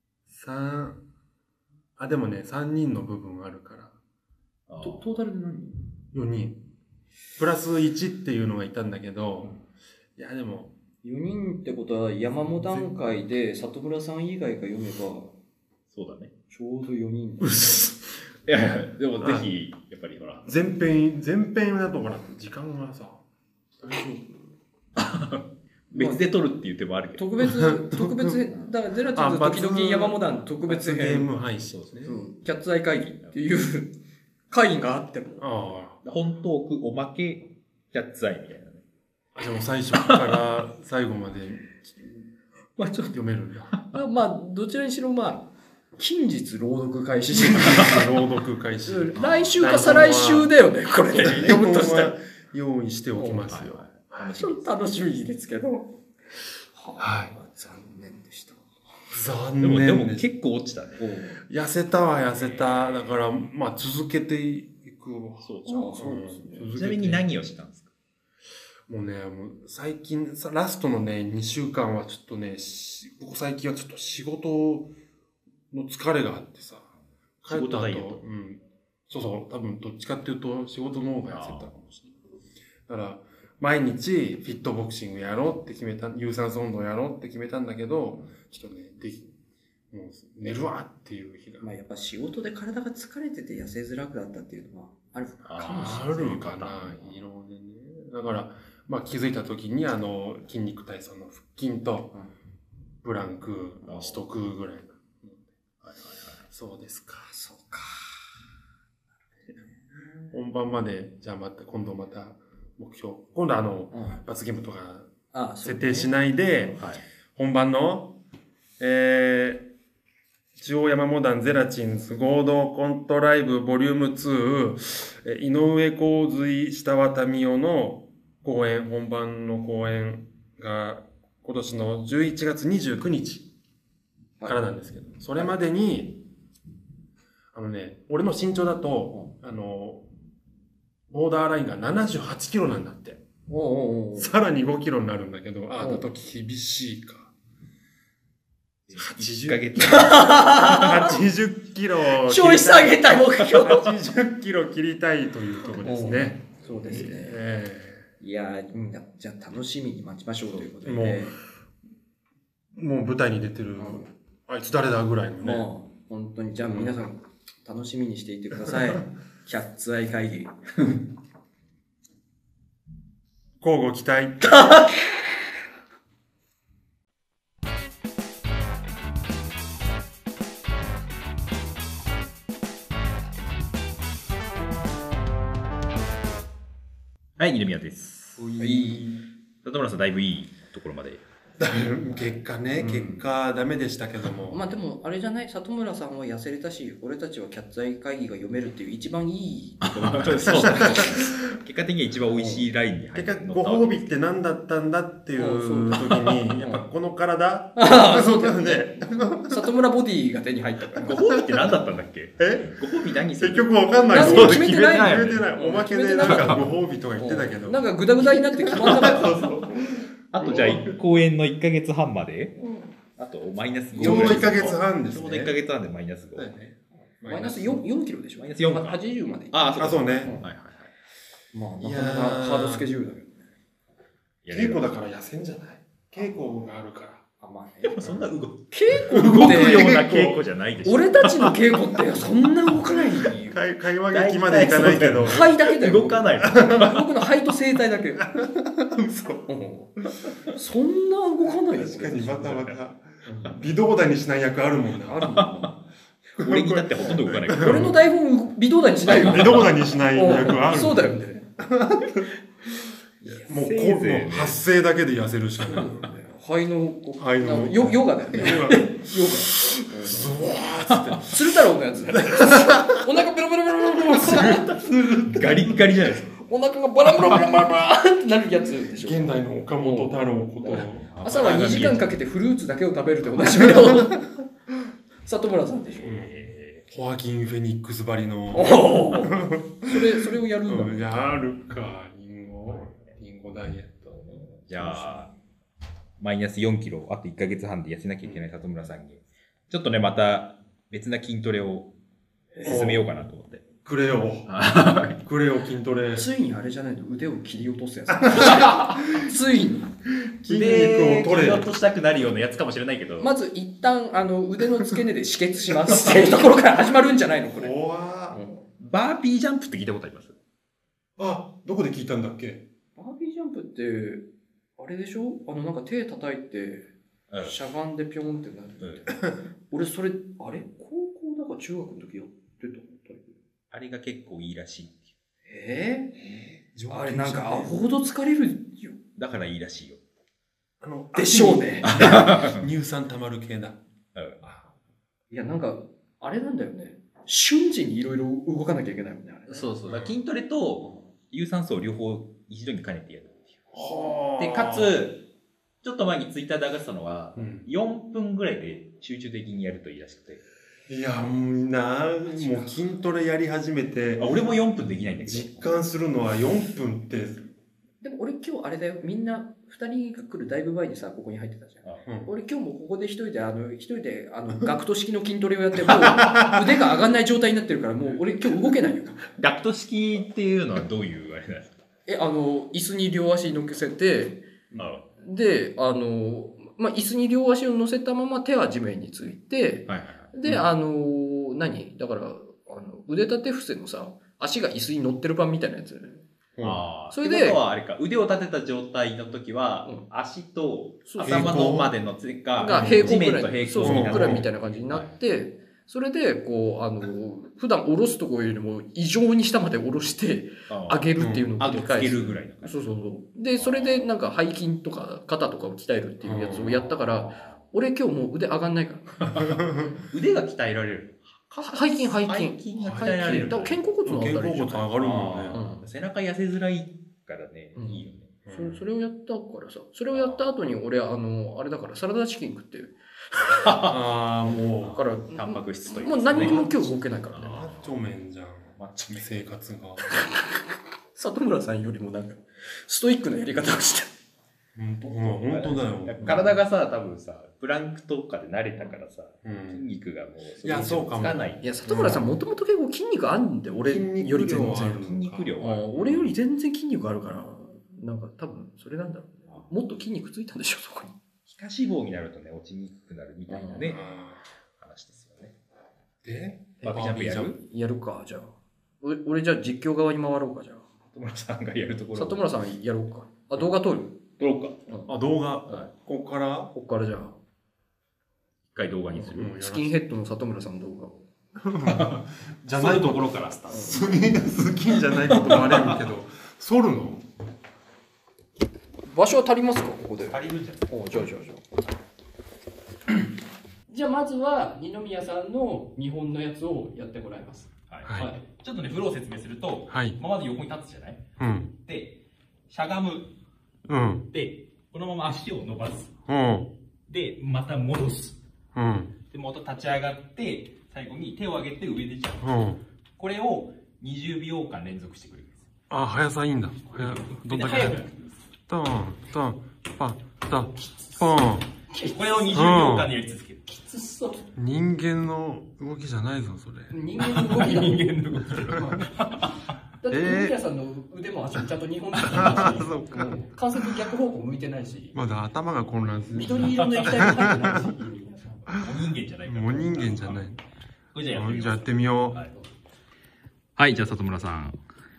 でもね、3人の部分あるから。 トータルで何人？ 4 人。プラス1っていうのがいたんだけど、いやでも、 4人ってことは山本段階で里村さん以外が読めば、 そうだね。 ちょうど4人だ。 いや、でもぜひ、やっぱりほら。 前編だとほら、時間がさ、大丈夫別で撮るって言ってもあるけど。 特別編、だからゼラチンズ時々山本段特別編。 ゲーム配信ですね。 キャッツアイ会議っていう会議があっても。 本トーク、おまけ、キャッツアイみたいなね。 でも最初から最後まで。 まあちょっと読めるんだ。 まあどちらにしろまあ近日朗読開始朗読開始。 来週か再来週だよね、これ。読むとしたら。 用意しておきますよ。 ちょっと楽しみですけど。 はい。 残念でした。 残念でも結構落ちたね。 痩せたは痩せた。だから、まあ続けていく。 そうですね。 ちなみに何をしたんですか？ もうね、最近、ラストのね、2週間はちょっとね、ここ最近はちょっと仕事の疲れがあってさ。 仕事ダイエット。 うん。そうそう。多分どっちかっていうと仕事の方が痩せたかもしれない。だから、毎日フィットボクシングやろうって決めた、有酸素運動やろうって決めたんだけど、ちょっとね、もう寝るわっていう日が。 まあやっぱ仕事で体が疲れてて痩せづらくなったっていうのはあるかもしれない。あるかな、いろいろね。だから、まあ気づいた時に筋肉体操の腹筋と、ブランクしとくぐらいな。そうですか。 そうか。 本番まで、じゃあ今度また目標。今度罰ゲームとか設定しないで、本番の、中央山モダンゼラチンズ合同コントライブボリューム2、井上洪水下渡美代の公演、本番の公演が今年の11月29日からなんですけど、それまでに、俺の身長だと、ボーダーラインが78キロなんだって。さらに5キロになるんだけど、だと厳しいか。 80ヶ月。 80キロ。 ちょい下げた目標。 80キロ切りたいというところですね。 そうですね。いやじゃあ楽しみに待ちましょうということで。 もう舞台に出てる、あいつ誰だぐらいのね。 本当に、じゃあ皆さん楽しみにしていてください。キャッツアイ会議。 交互期待。 はい、二宮です。里村さん、だいぶいいところまで。 結果ダメでしたけども。 まあでもあれじゃない、里村さんは痩せれたし、俺たちはキャッツアイ会議が読めるっていう一番いいところだ。 そう結果的には一番美味しいラインに入って。 結果ご褒美って何だったんだっていう時に、やっぱこの体。 そうだよね。里村ボディが手に入ったから。 ご褒美って何だったんだっけ？ご褒美何する？ 結局わかんない。 何も決めてない。 おまけでなんかご褒美とか言ってたけど。 なんかグダグダになって決まんなかった。 あとじゃあ公演の1ヶ月半まで、あとマイナス5。 ちょうど1ヶ月半ですね。 ちょうど1ヶ月半でマイナス5。 マイナス4キロでしょ？ マイナス4。 80まで。 そうね。 はいはいはい。 まあ、なかなかハードスケジュールだけどね。 稽古だから痩せんじゃない？稽古があるから。 まあね。でもそんな稽古動くような稽古じゃないでしょ。 俺たちの稽古ってそんな動かないよ。 会話劇までいかないけど。 肺だけだよ。 動かない。 僕の肺と声帯だけ。そんな動かないよ。 確かにまた微動だにしない役あるもんな。 あるもんな。 俺になってほとんど動かない。 俺の台本微動だにしないよ。 微動だにしない役ある。 そうだよね。 もう発声だけで痩せるしかない。 肺のヨガだよね。ヨガ。ズワーって。鶴太郎のやつ。お腹ペロペロペロペロペロ。 ガリッガリじゃないですか。 お腹がバラバラバラバラバラってなるやつでしょ。 現代の岡本太郎こと。 朝は2時間かけてフルーツだけを食べるっておなじみの里村さんでしょ。 ホアキン・フェニックスばりの。 それをやるんだ。やるか、リンゴダイエット。 じゃあ、マイナス4キロ、あと1ヶ月半で痩せなきゃいけない里村さんに、ちょっとね、また別な筋トレを進めようかなと思って。 くれよ筋トレ。 ついにあれじゃないの、腕を切り落とすやつ。ついに。 筋肉を取れ。 切り落としたくなるようなやつかもしれないけど。 まず一旦、腕の付け根で止血しますっていうところから始まるんじゃないのこれ。 バーピージャンプって聞いたことあります？ どこで聞いたんだっけ？ バーピージャンプって、あれでしょ？なんか手叩いて、しゃがんでぴょんってなる。俺それ、あれ高校だか中学の時やってたの？ あれが結構いいらしい。 あれなんかアホほど疲れるよ。 だからいいらしいよ。 でしょうね。 乳酸溜まる系だ。 いや、なんか、あれなんだよね。瞬時にいろいろ動かなきゃいけないもんね。 そうそう。筋トレと有酸素を両方一度に兼ねてやるっていう。で、かつ、ちょっと前にツイッターで上がってたのは、4分ぐらいで集中的にやるといいらしくて。 いや、もう筋トレやり始めて。 俺も4分できないんだけど。 実感するのは4分って。 でも俺今日あれだよ。みんな2人が来るだいぶ前にさ、ここに入ってたじゃん。俺今日もここで一人でガクト式の筋トレをやって、もう腕が上がんない状態になってるから、もう俺今日動けないよ。 ガクト式っていうのはどういうあれなんですか？ 椅子に両足乗せて、で、椅子に両足を乗せたまま手は地面について、で、だから、腕立て伏せのさ、足が椅子に乗ってる版みたいなやつ。 それで、ってことはあれか、腕を立てた状態の時は、足と頭のまでのつが平行ぐらい、 くらいみたいな感じになって、それで、普段下ろすところよりも異常に下まで下ろして上げるっていうのを繰り返す。 上げるぐらいの。 そう。で、それでなんか背筋とか肩とかを鍛えるっていうやつをやったから、俺今日もう腕上がんないから。 腕が鍛えられる。 背筋が鍛えられる。 だから肩甲骨の肩甲骨上がるもんね。背中痩せづらいからね、いいよね。 それをやったからさ、それをやった後に俺、あれだからサラダチキン食ってる。 もう。 だから、 タンパク質というもう何にも今日動けないからね。 マッチョメンじゃん。マッチョメン生活が。 里村さんよりもなんか、ストイックなやり方をして。 本当だよ。 体がさ、多分さ、プランクとかで慣れたからさ、筋肉がもう、 そうかも。 つかない。 いや、里村さんもともと結構筋肉あるんで、俺より全然。 筋肉量は。 俺より全然筋肉あるから、なんか多分それなんだろうね。もっと筋肉ついたんでしょ、そこに。 皮下脂肪になるとね、落ちにくくなるみたいなね、話ですよね。 で、 バックジャンプやる？ やるか、じゃあ。俺じゃあ実況側に回ろうか、じゃあ。 里村さんがやるところ。 里村さんやろうか。動画撮る？ 撮ろうか。 動画。ここからじゃあ。 一回動画にする。 スキンヘッドの里村さんの動画。 じゃないところからスタート。 スキンじゃないこともあれるけど、剃るの？ 場所は足りますか、ここで。 足りるんじゃない？ じゃあ。じゃあまずは二宮さんの見本のやつをやってもらいます。 はい。ちょっとね、フローを説明すると、まず横に立つじゃない？で、しゃがむ。で、このまま足を伸ばす。で、また戻す。で、また立ち上がって、最後に手を上げて上でジャンプ。これを20秒間連続してくれるんです。 速さいいんだ。 どんだけ速く。 トン、パン、ポン。 これを20秒間でやり続ける。 きつそう。 人間の動きじゃないぞ、それ。 人間の動きだ。人間の動き。だって二宮さんの腕も足もちゃんと2本ずつ関節逆方向向いてないし、 まだ頭が混乱する。 緑色の液体が入ってないし、 人間じゃないから。 もう人間じゃない。 これじゃあやってみよう。 はい、じゃあ里村さん。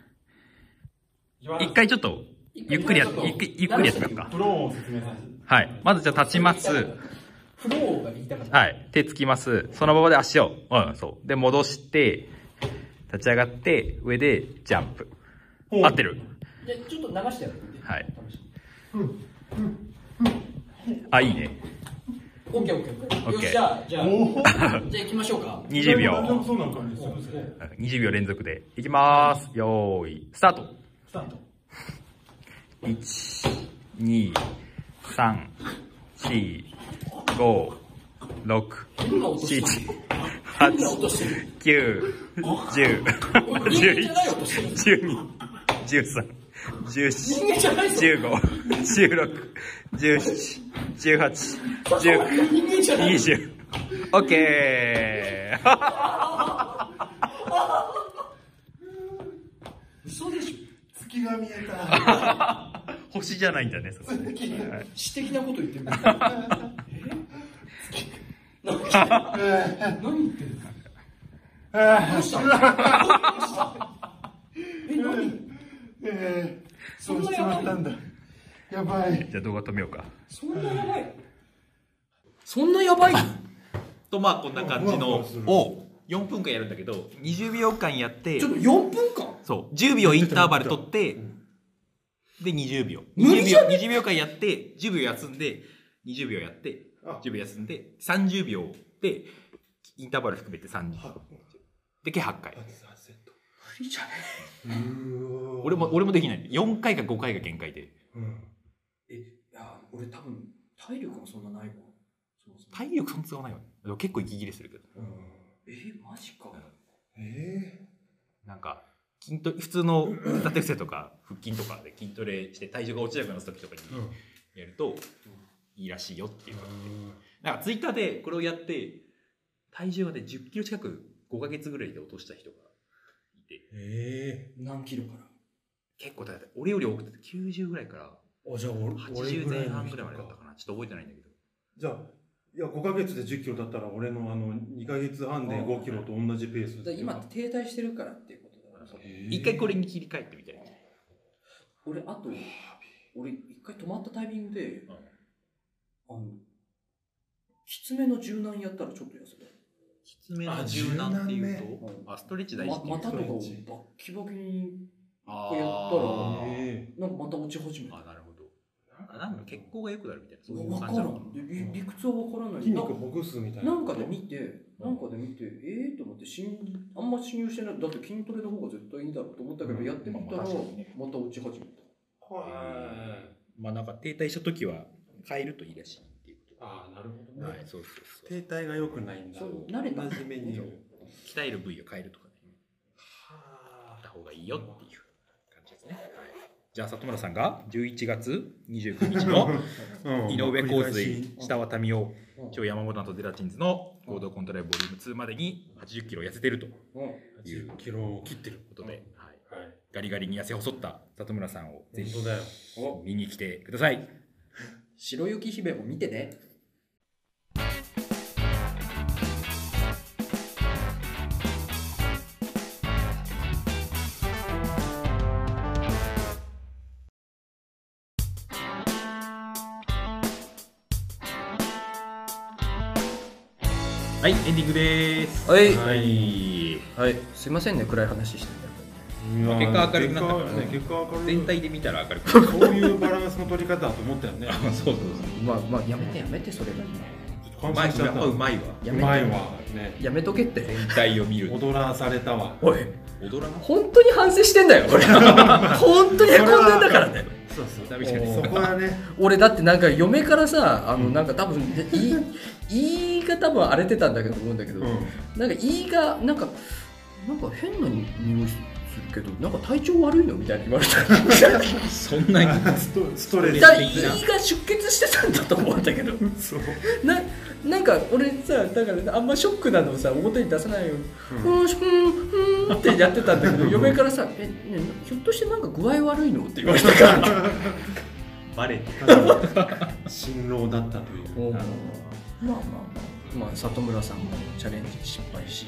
一回ちょっとゆっくりやってみようか。 フローを説明させて。 はい、まずじゃあ立ちます。 フローが言いたかった。 はい、手つきます。そのままで足を、そうで戻して。立ち上がって上でジャンプ。合ってる？ じゃちょっと流してやる。 はい。いいね。 オッケー。よし、じゃあ行きましょうか。 20秒。20秒連続でいきます。よーいスタート。1、2、3、4、5、6、7、8、9、10、11、12、13、14、15、16、17、18、19、20。オッケー。 嘘でしょ？ 月が見えた。 星じゃないんだね、 詩的なこと言ってる。何言ってるの？ そうしちまったんだ。やばい。 じゃあ動画止めようか。 そんなやばいと、まあこんな感じのを4分間やるんだけど、20秒間やって、 ちょっと4分間？ そう、10秒インターバル取って、 で20秒20秒間やって10秒休んで20秒やって10秒休んで30秒でインターバル含めて30で計8回。 無理じゃね。 俺もできない。4回か5回が限界で。 いや俺多分体力もそんなないわ。 体力そんな使わないわ。結構息切れするけど。 マジか。 なんか普通の腕立て伏せとか腹筋とかで筋トレして体重が落ちなくなった時とかにやるといいらしいよっていう。なんかツイッターでこれをやって体重がね10キロ近く5ヶ月ぐらいで落とした人がいて。 何キロから？ 結構だって俺より多くて90ぐらいからじゃあ 80前半ぐらいまでだったかな。ちょっと覚えてないんだけど。 じゃあいや5ヶ月で10キロだったら俺の2ヶ月半で5キロと同じペースで。 今停滞してるからっていうことだ。 一回これに切り替えてみたいな。 俺一回止まったタイミングできつめの柔軟やったらちょっと痩せた。 きつめの柔軟っていうとストレッチ大事っていう。 股とかをバッキバキにやったらなんかまた落ち始めた。 なるほど。なんか血行が良くなるみたいな。そういう分からん。理屈は分からない。 筋肉ほぐすみたいな。 なんかで見てと思ってあんま信用してない。だって筋トレの方が絶対いいだろうと思ったけどやってみたらまた落ち始めた。 なんか停滞した時は変えるといいらしいっていうこと。 なるほどね。 そう停滞が良くないんだ。 慣れた真面目に鍛える部位を変えるとかね。た方がいいよっていう感じですね。じゃあ里村さんが11月29日の井上洪水下渡美を今日山本とゼラチンズの合同コントライブボリューム2までに80キロ痩せてるという 80キロを切ってることで、ガリガリに痩せ細った里村さんをぜひ本当だよ見に来てください。 白雪姫も見てね。 はい、エンディングです。 はい、すいませんね、暗い話してて。 結果明るくなったからね。全体で見たら明るくなった。そういうバランスの取り方だと思ったよね。 そうやめてそれが。 うまいわ。 うまいわね。 やめとけって。 全体を見る。 踊らされたわ。 おい、 踊らな。 本当に反省してんだよ。俺。本当にへこんでんだからね。 そうそこはね。 俺だってなんか嫁からさなんか多分言いが多分荒れてたんだけど思うんだけど、なんか言いがなんか変な匂いするけどなんか体調悪いのみたいに言われた。 そんなにストレス的な。胃が出血してたんだと思うんだけど。 そう。 なんか俺さだからあんまショックなのをさ表に出さないようにってやってたんだけど嫁からさひょっとしてなんか具合悪いのって言われたから。 バレて辛労だったという。 まあ里村さんもチャレンジ失敗し。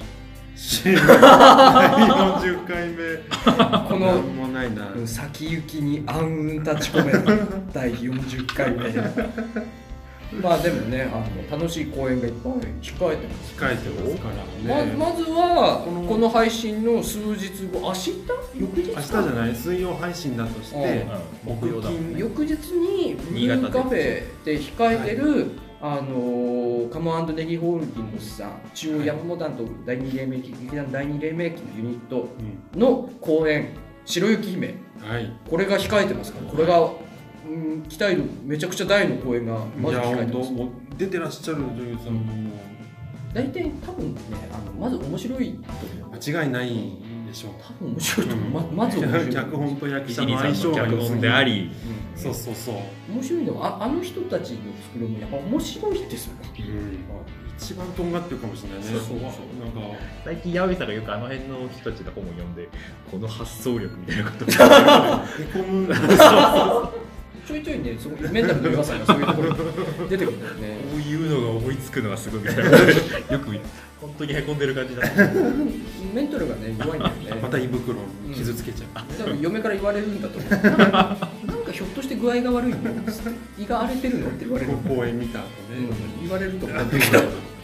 40回目このもないな先行きに暗雲立ち込める第40回目。まあでもね楽しい公演がいっぱい控えてますからね。 まずはこの配信の数日後、翌日じゃない水曜配信だとして翌日にブルーカフェで控えてるカモ&ネギホールディングスさん中央山モダンと第二黎明期劇団第二黎明期のユニットの公演白雪姫、これが控えてますから、これが期待度めちゃくちゃ大の公演がまず控えてます。 出てらっしゃる女優さんも大体多分ねまず面白いと思う。 間違いないでしょう。 多分面白いと思う。まず面白い。 脚本と役者の相性が良すぎであり、 そう面白いのはあの人たちの作るもやっぱ面白いですよ。 一番とんがってるかもしれないね。なんか最近矢部さんがよくあの辺の人たちの本を読んでこの発想力みたいなことをへこむ。 ちょいちょいね、メンタルの弱さがそういうところ出てくるんだよね。 こういうのが思いつくのはすごいみたいな。よく本当にへこんでる感じだ。 メンタルがね弱いんだよね。 また胃袋傷つけちゃう。 多分嫁から言われるんだと思う。なんかひょっとして具合が悪いの？胃が荒れてるのって言われる。 公演見た後ね。 言われると思うんだけど。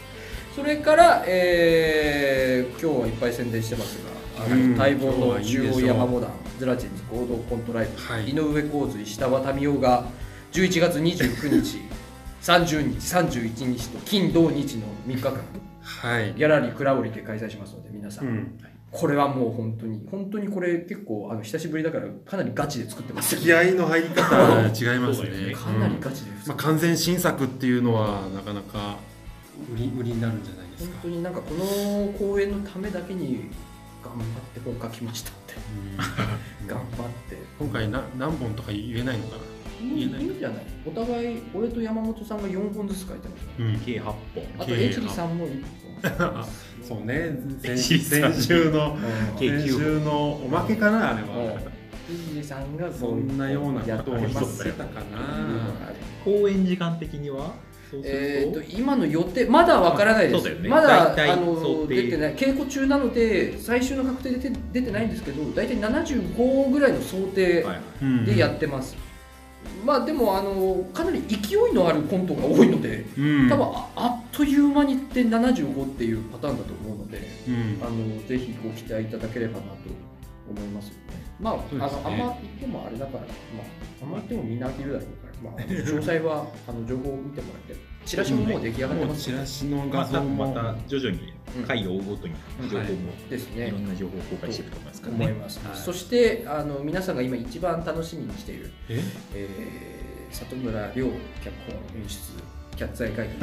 それから、今日はいっぱい宣伝してますが、待望の中央山モダンゼラチンズ合同コントライブ、井上浩二石田民生が11月29日30日31日と金土日の3日間、ギャラリークラウリで開催しますので、皆さん、これはもう本当にこれ結構久しぶりだからかなりガチで作ってます。 気合の入り方違いますね。 かなりガチで、 完全新作っていうのはなかなか売りになるんじゃないですか。 本当になんかこの公演のためだけに頑張って本書きましたって頑張って今回何本とか言えないのかな。 言えないんじゃない。お互い俺と山本さんが4本ずつ書いてます、 計8本。 あとエチリさんも1本そうね、先週のおまけかな、あれは。 エチリさんがそんなようなことを言ってたかな。 公演時間的には今の予定まだわからないです。まだ出てない、稽古中なので最終の確定で出てないんですけど、大体75ぐらいの想定でやってます。まあでもかなり勢いのあるコントが多いので、多分あっという間にって75っていうパターンだと思うので、ぜひご期待いただければなと思いますよね。まあ、あんま言ってもあれだから、あんま言ってもみんな飽きるだろうから、詳細は情報を見てもらって、チラシももう出来上がってます。 チラシの画像もまた徐々に回を追うごとに情報もですね、 いろんな情報を公開していくと思いますからね。 そして皆さんが今一番楽しみにしている里村亮脚本演出キャッツアイ会議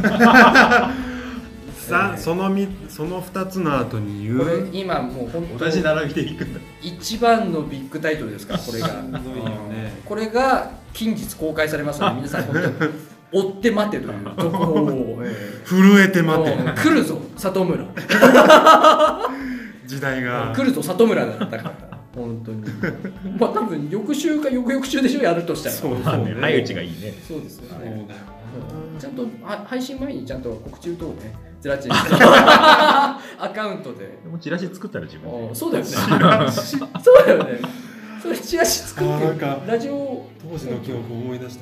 さあその2つの後に言う、 これ今もう本当同じ並びでいくんだ。 一番のビッグタイトルですからこれがこれが近日公開されますので、皆さん本当に追って待てというところを震えて待て、 来るぞ里村時代が来るぞ里村だったから本当に多分翌週か翌々週でしょ、やるとしたら。 そうね、早打ちがいいね。 そうですよね。ちゃんと配信前にちゃんと告知打とうね、ゼラチンアカウントで。 もうチラシ作ったら自分で。 そうだよね。そうだよね。それチラシ作ってラジオ当時の記憶を思い出した。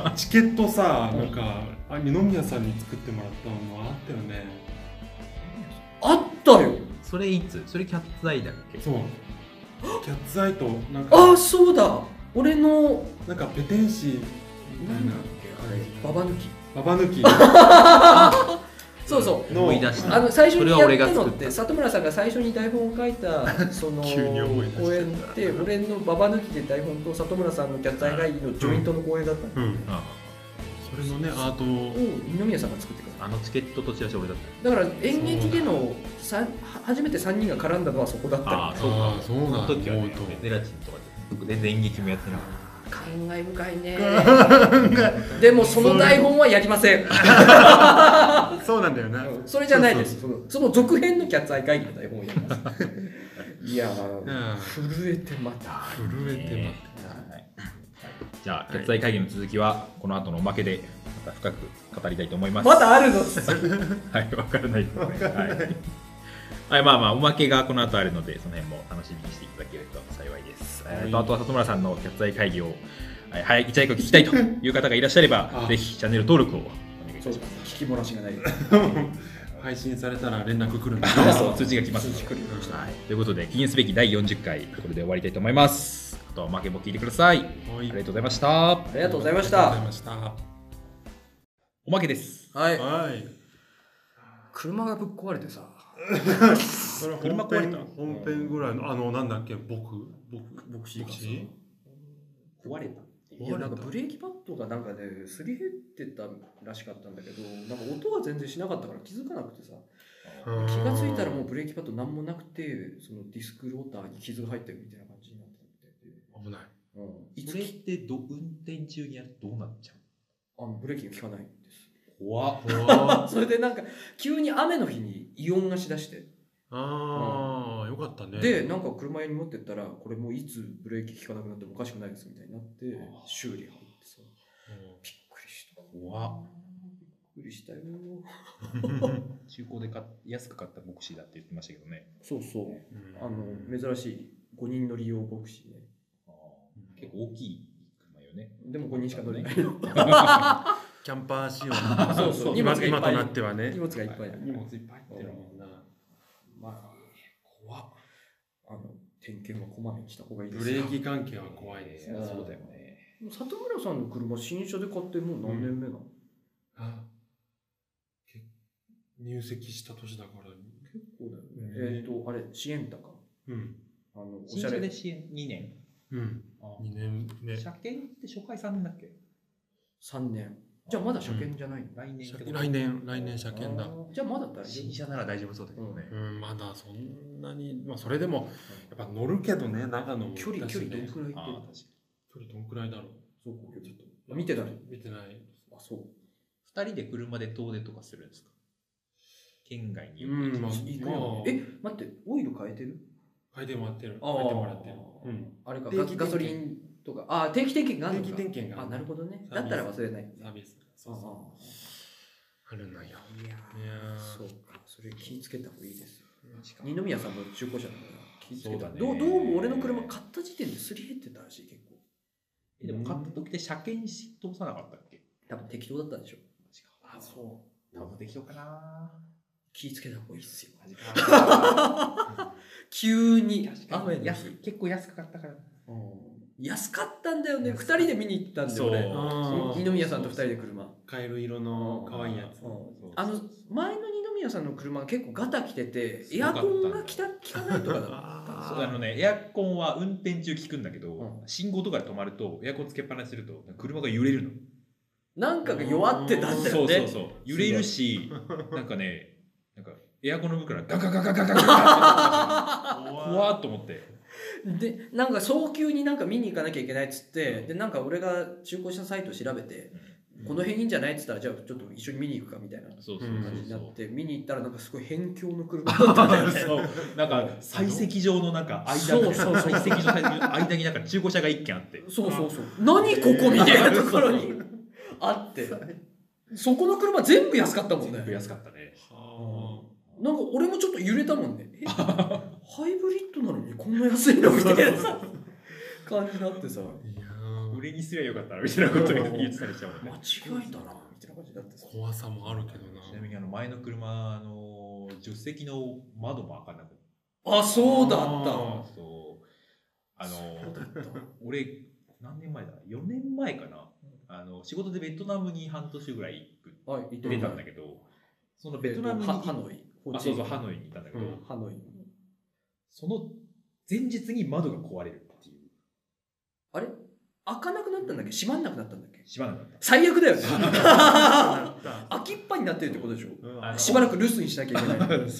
チケットさ、なんか二宮さんに作ってもらったのあったよね。 あったよ。 それいつ？それキャッツアイだっけ？ そう。キャッツアイとなんか。 そうだ。俺のなんかペテン師みたいな。 ババ抜き。 ババ抜き。 そうそう。 思い出した。 最初にやったのって里村さんが最初に台本を書いたその公演って俺のババ抜きで台本と里村さんのキャッツアイ会議のジョイントの公演だったんで。 それのねアートを二宮さんが作ってくれた。 チケットとチラシ俺だった。 だから演劇での初めて3人が絡んだのはそこだったの。 そうなんだ。 その時はね、ゼラチンとかで僕全然演劇もやってなかった。 感慨深いね。でもその台本はやりません。 そうなんだよな。 それじゃないです。その続編のキャッツアイ会議の台本をやります。いや震えてまた。 震えてまた。 じゃあキャッツアイ会議の続きはこの後のおまけでまた深く語りたいと思います。 まだあるの？ はい、わからないですね。はい、まあおまけがこの後あるのでその辺も楽しみにしていただけると幸いです。あとは里村さんのキャッツアイ会議を早く聞きたいという方がいらっしゃればぜひチャンネル登録をお願いいたします。 聞き漏らしがない。 配信されたら連絡来るんでそう通知が来ます。ということで記念すべき第40回これで終わりたいと思います。あとはおまけも聞いてください。ありがとうございました。 ありがとうございました。 おまけです。 はい。車がぶっ壊れてさ。 車壊れた。 本編ぐらいのなんだっけ牧師壊れた。いやなんかブレーキパッドがなんかねすり減ってたらしかったんだけど、なんか音が全然しなかったから気づかなくてさ、気がついたらもうブレーキパッドなんもなくて、そのディスクローターに傷が入ってるみたいな感じになってて、 危ない。 それって運転中にやるとどうなっちゃう？ ブレーキが効かないんです。 怖っ。 それでなんか急に雨の日に異音がしだして、 よかったね。 でなんか車屋に持ってったらこれもういつブレーキ効かなくなってもおかしくないですみたいになって修理入ってさ、びっくりした。 怖っ。 びっくりしたよ。 中古で安く買ったボクシーだって言ってましたけどね。 そうそう。珍しい5人乗り用ボクシーね。 結構大きい車よね。 でも5人しか乗れない。 キャンパー仕様そうそう、 今となってはね。 荷物がいっぱいある。 荷物いっぱい入ってるもんな。 まあ、怖っ。点検はこまめにした方がいいですブレーキ関係は怖いですよ。 そうだよね。 里村さんの車、新車で買ってもう何年目なの？ 入籍した年だから。 結構だよね。あれ、シエンタか。 新車で2年。 2年目。 車検って初回3年だっけ ？3年。じゃあまだ車検じゃないの？ 来年車検だ。 じゃあまだ大丈夫？ 新車なら大丈夫そうだけどね。 まだそんなに、まあそれでも、やっぱ乗るけどね、長野も。 距離どんくらい行ってる？ 距離どんくらいだろう。 そうか、ちょっと。見てない？ 見てない。 あ、そう。 2人で車で遠出とかするんですか？県外に行くよ。待って、オイル変えてる？ 変えてもらってる。 あれか、ガソリンとか。定期点検があるのか。 定期点検が。 なるほどね。だったら忘れない。 サービス。あるのよ。いやそうか。それ気をつけた方がいいですよ。二宮さんも中古車だから気をつけた。 ね。 どうも俺の車買った時点ですり減ってたらしい、結構。 でも買った時で車検通さなかったっけ？ 多分適当だったでしょ。 そう。多分適当かな。 気をつけた方がいいっすよ。急に。 結構安かったから。 安かったんだよね。2人で見に行ったんだよね。二宮さんと2人で車。 カエル色の可愛いやつ。 前の二宮さんの車が結構ガタ来てて、エアコンが効かないとかだった。 そうエアコンは運転中効くんだけど、信号とかで止まるとエアコンつけっぱなしすると車が揺れるの。 なんかが弱ってたんだよね。 そう揺れるし、なんかエアコンの上からガガガガガガガ怖っと思って。 でなんか早急になんか見に行かなきゃいけないっつって、でなんか俺が中古車サイト調べて、この辺いいんじゃないっつったら、じゃあちょっと一緒に見に行くかみたいな感じになって、見に行ったらなんかすごい辺境の車だったんだよね。 なんか採石場のなんか間になんか中古車が1軒あって、 何ここみたいなところにあって、そこの車全部安かったもんね。 全部安かったね。 なんか俺もちょっと揺れたもんね。ハイブリッドなのにこんな安いのみたいな感じになってさ、 俺にすりゃよかったなみたいなこと言ってたりしちゃうもんね。 間違えたなみたいな感じだってさ。 怖さもあるけどな。 ちなみに前の車助手席の窓も開かなくて。 そうだった。 そう俺何年前だ？4年前かな。仕事でベトナムに半年ぐらい行ってたんだけど、そのベトナムにハノイ。 ハノイに行ったんだけど、その前日に窓が壊れるっていう。 あれ？開かなくなったんだっけ？閉まんなくなったんだっけ？ 閉まんなくなった。 最悪だよね。開きっぱになってるってことでしょ。しばらく留守にしなきゃいけない。 そう。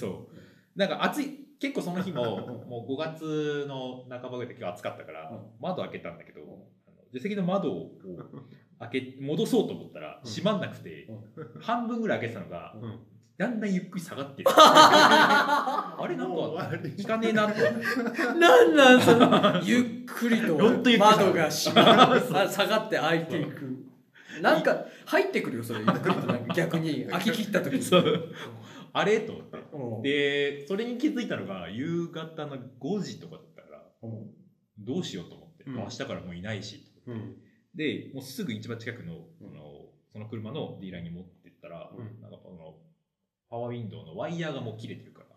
なんか暑い、結構その日ももう5月の半ばぐらいで今日暑かったから窓開けたんだけど、助手席の窓を戻そうと思ったら閉まんなくて、半分ぐらい開けてたのがだんだんゆっくり下がってる。あれなんか効かねえなって。 なんそのゆっくりと窓が下がって開いていく。なんか入ってくるよそれ、ゆっくりとなんか逆に開き切った時に。 あれと思って。でそれに気づいたのが夕方の5時とかだったから、どうしようと思って、明日からもういないし、でもうすぐ一番近くのその車のディーラーに持ってったら、なんかパワーウィンドウのワイヤーがもう切れてるから。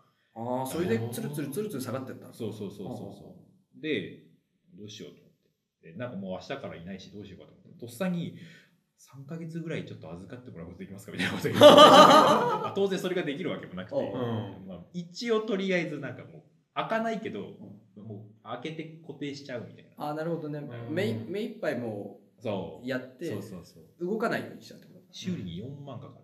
それでツルツル下がってった。 そう。でどうしようと思って、なんかもう明日からいないしどうしようかと思って、とっさに3ヶ月ぐらいちょっと預かってもらうことできますかみたいなこと言って当然それができるわけもなくて、一応とりあえずなんかもう開かないけど、もう開けて固定しちゃうみたいな。 なるほどね。目いっぱいもうやって動かないようにしたってこと。 修理に4万かかる。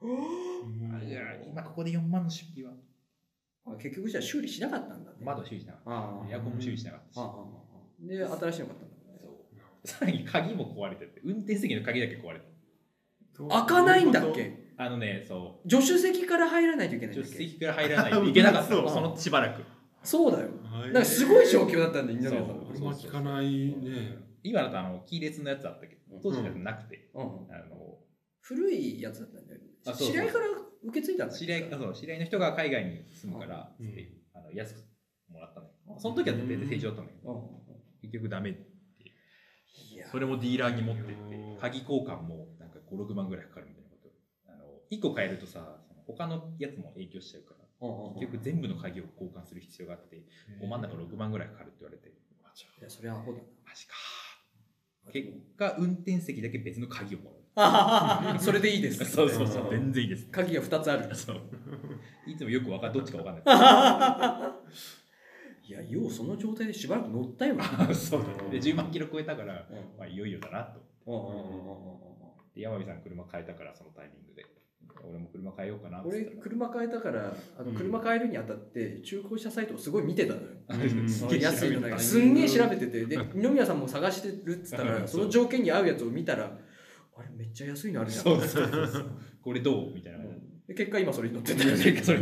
今ここで4万の出費は。 結局じゃあ修理しなかったんだね。 窓修理しなかった。エアコンも修理しなかったし。 で、新しいの買ったんだね。 さらに鍵も壊れてて、運転席の鍵だけ壊れて。 開かないんだっけ？ そう。 助手席から入らないといけないんだっけ？ 助手席から入らないといけなかったの、そのしばらく。 そうだよ。なんかすごい状況だったんで、二宮さん。 車聞かないね。 今だとキーレスのやつあったけど、当時だとなくて。 古いやつだったんだよ。知り合いから受け継いだんだ。 知り合いの人が海外に住むから安くもらったのよ。その時は全然正常だったんだけど、結局ダメって。 いやそれもディーラーに持ってって、鍵交換もなんか5、6万ぐらいかかるみたいなこと。1個変えるとさ、他のやつも影響しちゃうから、結局全部の鍵を交換する必要があって、5万だか6万ぐらいかかるって言われて。いや、それはアホだな。 マジか。結果、運転席だけ別の鍵をもらう。それでいいです。 そう、全然いいです。 鍵が2つある。 いつもよくどっちか分かんない。 いや、ようその状態でしばらく乗ったよね。 そうで、10万キロ超えたから、まあ、いよいよだなと。で、山美さん車変えたから、そのタイミングで。俺も車変えようかなって。 俺、車変えたから、車変えるにあたって、中古車サイトをすごい見てたのよ。安いのない。すんげえ調べてて、で、二宮さんも探してるっつったら、その条件に合うやつを見たら、あれ、めっちゃ安いのあるじゃん。 そう。これどうみたいな。 結果、今それに乗ってて。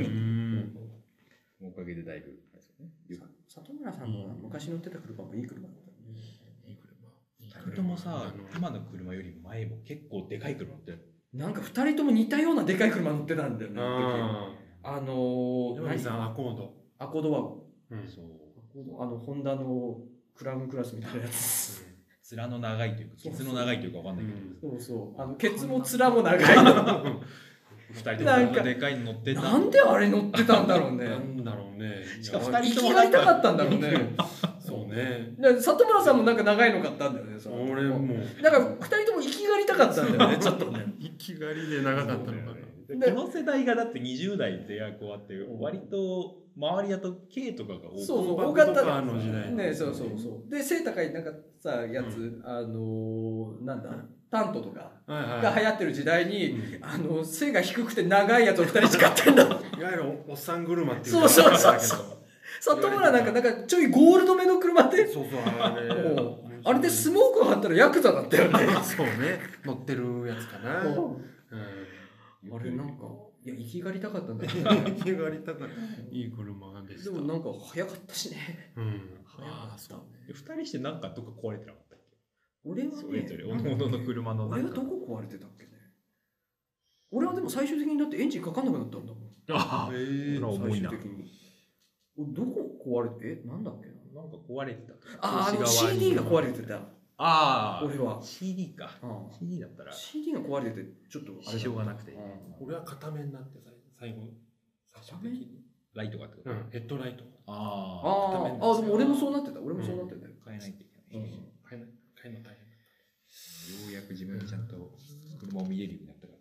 おかげでだいぶ。 里村さんの昔乗ってた車もいい車だったね。 いい車。2人ともさ、今の車より前も結構でかい車乗ってる。 なんか2人とも似たようなでかい車乗ってたんだよね。 山美さん、アコードワゴン。そう。ホンダのクラウンクラスみたいなやつ。 面の長いというか、ケツの長いというかわかんないけど。 そう。ケツも面も長いの。 2人ともでかいの乗ってた。 なんであれ乗ってたんだろうね。 なんだろうね。 しかも2人とも生きがりたかったんだろうね。 そうね。 里村さんもなんか長いの買ったんだよね。 俺も。 だから2人とも生きがりたかったんだよね、ちょっとね。 生きがりで長かったのかな。 この世代がだって20代でエアコンあって、割と周りだと K とかが多かった。 の時代。 ね、そう。で、背高いなんかさ、やつ、なんだ、タントとかが流行ってる時代に、背が低くて長いやつを2人使ってんだ。いわゆるおっさん車っていう。 そう。里村なんかちょいゴールド目の車で。 そう、 あれでスモークを貼ったらヤクザだったよね。 そうね。乗ってるやつかな。 あれなんか、いや、生きがりたかったんだよね。 生きがりたかった。いい車でした。 でもなんか早かったしね。 早かった。 2人してなんかどっか壊れてなかったっけ？ 俺はね、 それぞれおのおのの車の俺はどこ壊れてたっけね。俺はでも最終的にだってエンジンかかんなくなったんだもん。 ああ、重いな。 最終的に。どこ壊れて、なんだっけな。 なんか壊れてた。 CD が壊れてた。 ああ、 俺は CD か。CD だったら CD が壊れててちょっと支障がなくて。 俺は片面になって最後片面ライトがってこと？ ヘッドライト。 でも俺もそうなってた。俺もそうなってたよ。 変えないといけない。 変えるの大変だった。 ようやく自分にちゃんと車を見れるようになったから。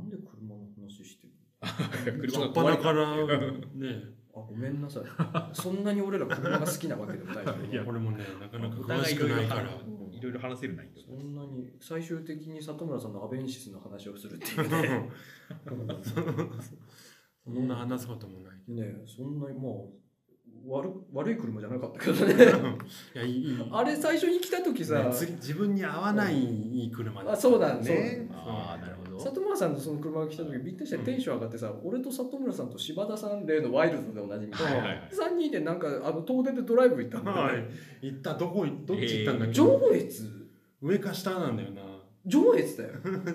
なんで車の話してるの？ 車が壊れたからね。 ごめんなさい。そんなに俺ら車が好きなわけでもない。 いや、俺もね、なかなか詳しくないから。 いろいろ話せるないんだ。 そんなに最終的に里村さんのアベンシスの話をするっていうね。 そんな話すこともない。 ね、そんなにもう悪い車じゃなかったけどね。 いや、いい。 あれ最初に来た時さ、 自分に合わないいい車だ。 そうだね。 なるほど。 里村さんとその車が来た時びっくりしてテンション上がってさ、俺と里村さんと柴田さん例のワイルドでおなじみ3人でなんか遠出でドライブ行ったんだよね。 行った。どっち行ったんだっけ？ 上越。 上か下なんだよな。 上越だよ。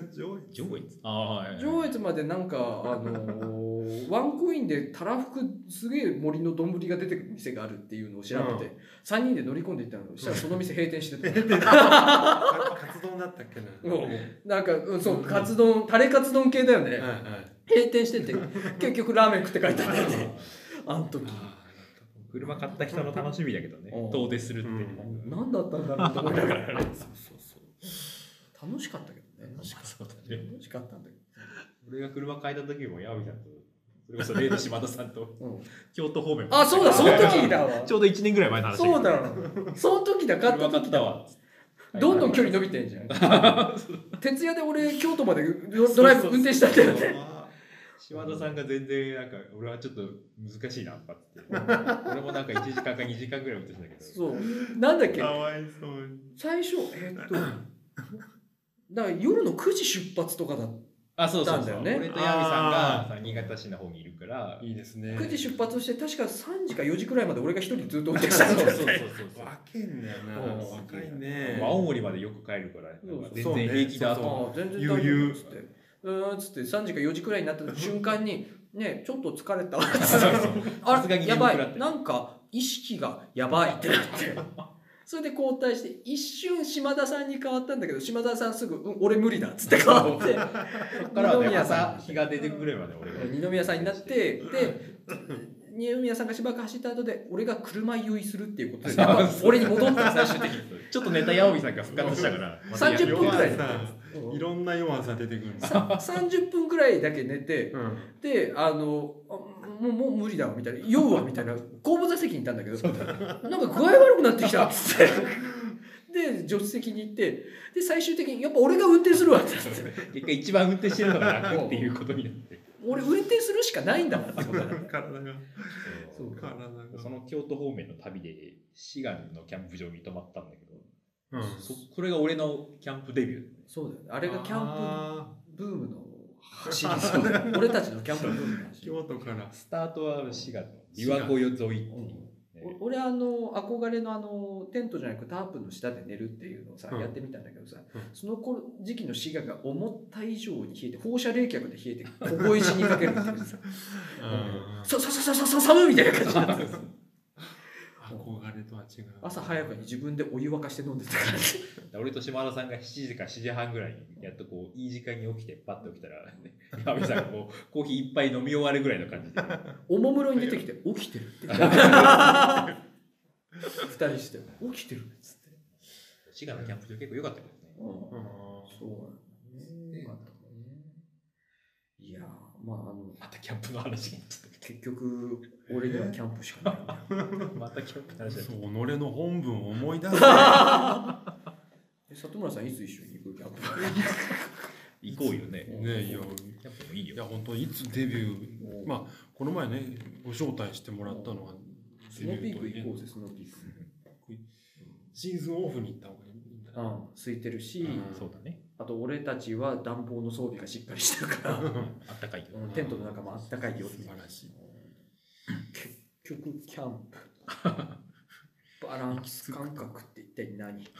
上越までなんかワンコインでたらふくすげえ森の丼が出てくる店があるっていうのを調べて、3人で乗り込んでいったの。したらその店閉店してた。 カツ丼だったっけな。 なんかそうカツ丼、タレカツ丼系だよね。閉店してて結局ラーメン食って帰ったんだよね。あの時。 車買った人の楽しみだけどね。遠出するって何だったんだろうと思いながらね。楽しかったけどね。楽しかったんだけど。 俺が車変えた時も山美さんとそれこそ例の島田さんと京都方面。 そうだ、その時だわ。 ちょうど1年ぐらい前の話。 そうだ。その時だ、買った時だわ。どんどん距離伸びてんじゃん。徹夜で俺京都までドライブ運転したんだよね。 島田さんが全然なんか俺はちょっと難しいなとかって俺もなんか1時間か2時間ぐらい運転したけど。 そうなんだっけ。 かわいそうに。 最初だから夜の9時出発とかだったんだよね。 俺とヤミさんが新潟市の方にいるからいいですね。 9時出発して確か3時か4時くらいまで俺が一人ずっと運転したんだよね。 そう。若いんだよな。若いね。 青森までよく帰るから全然平気だと。 全然大丈夫っつって。つって3時か4時くらいになった瞬間にねちょっと疲れた。あやばいなんか意識がやばいってなって。 それで交代して一瞬島田さんに変わったんだけど、島田さんすぐ「俺無理だ」っつって変わって、 そっから二宮さん日が出てくればね、俺が二宮さんになって、で二宮さんがしばらく走った後で俺が車酔いするっていうことで俺に戻った最終的にちょっとネタ八尾さんが復活したから 30分くらいいろんな弱さ出てくるんです 30分くらいだけ寝て、でもう無理だわみたいな、酔うわみたいな、後部座席にいたんだけどなんか具合悪くなってきたっつってで助手席に行って、で最終的にやっぱ俺が運転するわって結果一番運転してるのが楽っていうことになって俺運転するしかないんだもんってことだ体がその京都方面の旅で滋賀のキャンプ場に泊まったんだけど、それが俺のキャンプデビュー。 そうだよね、あれがキャンプブームの走り俺たちのキャンプブームの走り。 京都からスタートは滋賀の琵琶湖沿いっていう。 俺憧れのテントじゃなくタープの下で寝るっていうのをさ、やってみたんだけどさ、その時期の滋賀が思った以上に冷えて、放射冷却で冷えて凍え死にかけるっていうさ寒いみたいな感じになってる。 憧れとは違う。 朝早くに自分でお湯沸かして飲んでたから俺と島田さんが7時か7時半ぐらいにやっとこういい時間に起きてパッと起きたら阿部さんがこうコーヒー一杯飲み終わるぐらいの感じでおもむろに出てきて起きてるって2人して起きてるっつって。 滋賀のキャンプ場結構良かったけどね。 そうなんだね。いやまたキャンプの話に結局俺にはキャンプしかないまたキャンプの話だ。 そう、己の本分を思い出す里村さんいつ一緒に行くキャンプ行こうよね。 ね、いやキャンプもいいよ。 いや本当いつデビュー、まあこの前ねご招待してもらったのはスノーピーク行こうぜ。スノーピークシーズンオフに行った方がいいんだ。 空いてるし、 そうだね。 あと俺たちは暖房の装備がしっかりしてるからあったかいよ。 テントの中もあったかいよ。 素晴らしい。 結局キャンプバランス感覚って一体何結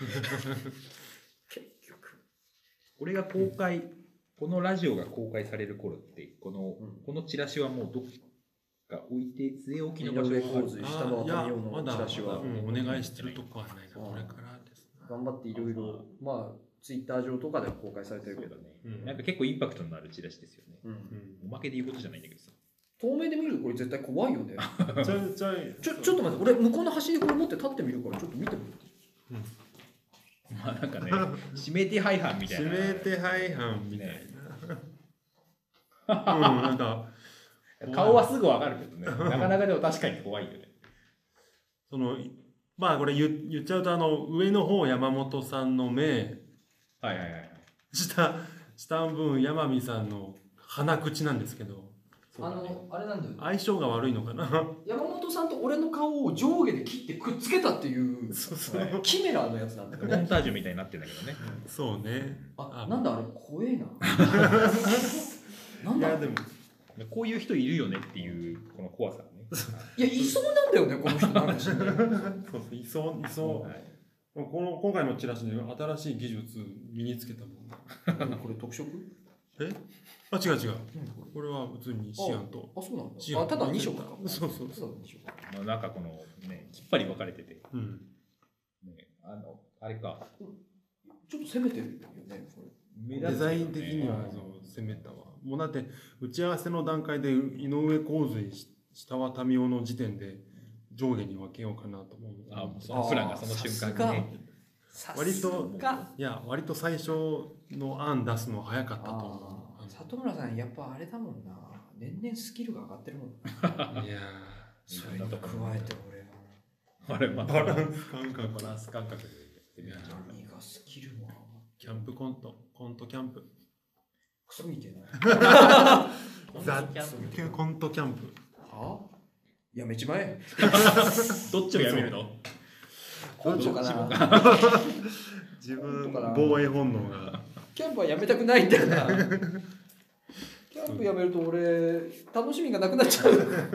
局俺が公開、このラジオが公開される頃ってこのチラシはもうどっか置いて据え置きの場所に洪水下の民生のチラシはお願いしてるとこはないな。これからです。 頑張っていろいろまあツイッター上とかでは公開されてるけどね。 なんか結構インパクトのあるチラシですよね。おまけで言うことじゃないんだけどさ。 透明で見るこれ絶対怖いよね。ちょっと待って、俺向こうの端にこれ持って立ってみるからちょっと見てみて。 まあなんかね、指名手配犯みたいな。 指名手配犯みたいな。なんか顔はすぐわかるけどね。なかなかでも確かに怖いよね。 まあこれ言っちゃうと上の方山本さんの目、下分山見さんの鼻口なんですけど。 あれなんだよ、 相性が悪いのかな。 山本さんと俺の顔を上下で切ってくっつけたっていうキメラのやつなんだけど、 モンタージュみたいになってるんだけどね。 そうね。 なんだあれ怖えな。なんだ。 いやでもこういう人いるよねっていうこの怖さね。 いやいそうなんだよねこの人なんかしら。 そういそう。今回のチラシで新しい技術身につけたもん。 これ特色？ 違う。これは普通にシアンと。 そうなんだ。ただ2色か。 そう。 なんかこのね、きっぱり分かれてて。あれか。 ちょっと攻めてるよね。 デザイン的には攻めたわ。もうだって打ち合わせの段階で井上洪水、下は民生の時点で上下に分けようかなと思う。 プランがその瞬間にね。 割と最初の案出すの早かったと思う。 里村さんやっぱあれだもんな、年々スキルが上がってるもん。 いやそれに加えて俺はバランス感覚で何がスキルもキャンプコントキャンプクソみてえなコントキャンプやめちまえ。 どっちをやめるの？ コントかな。 自分防衛本能がキャンプはやめたくないんだよな。キャンプやめると俺楽しみがなくなっちゃう。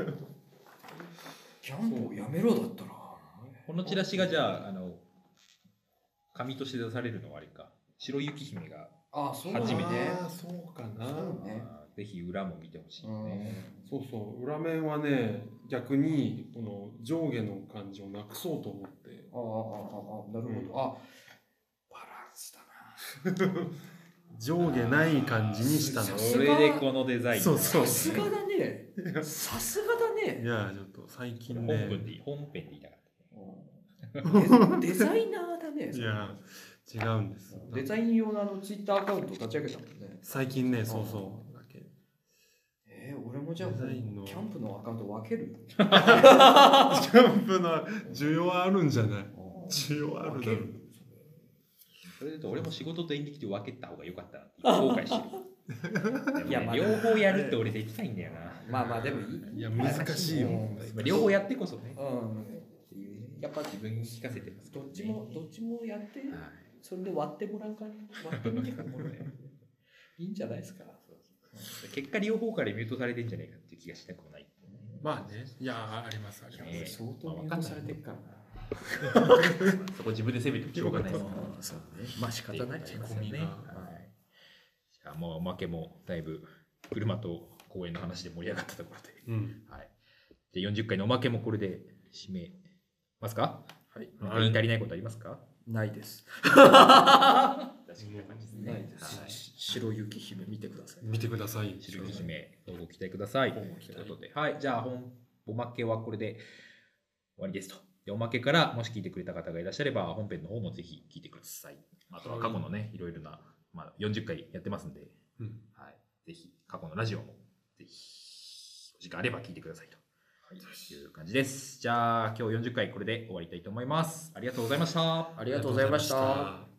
キャンプをやめろだったら。 このチラシがじゃあ紙として出されるのはあれか。白雪姫が初めて。 そうかな。 ぜひ裏も見てほしいね。 そう裏面はね逆にこの上下の感じをなくそうと思って。 なるほど。バランスだな。 上下ない感じにしたの。 それでこのデザイン。 そうそう。 さすがだね。さすがだね。 いや、ちょっと最近ね。 本編で言いたかった。 デザイナーだね。 いや、違うんです。 デザイン用のツイッターアカウント立ち上げたもんね。 最近ね、そうそう。 俺もじゃあキャンプのアカウント分けるキャンプの需要あるんじゃない需要あるだろう。 それだと俺も仕事と演劇で分けた方が良かったなって後悔してる。いや、両方やるって俺できないんだよな。 まあでもいい。 いや、難しいよ。 両方やってこそね。 やっぱ自分に聞かせてます。 どっちもやって、それで割ってごらんか、割ってみてかもね。いいんじゃないですか。 結果両方からミュートされてんじゃないかっていう気がしなくもない。 まあね、いや、あります、あります。 相当ミュートされてるからな。 そこ自分で攻めてしょうがないですから。 そうね。まあ仕方ないですね。 じゃあもうおまけもだいぶ車と公園の話で盛り上がったところで。はい。で40回のおまけもこれで締めますか？はい。言い足りないことありますか？ ないです。ないです。白雪姫見てください。 見てください。 白雪姫どうぞご期待ください。ということで、はい。じゃあおまけはこれで終わりですと。でおまけからもし聞いてくれた方がいらっしゃれば本編の方もぜひ聞いてください。あとは過去のねいろいろな40回やってますんで、はい。ぜひ過去のラジオもぜひお時間あれば聞いてくださいと。という感じです。じゃあ今日40回これで終わりたいと思います。ありがとうございました。 ありがとうございました。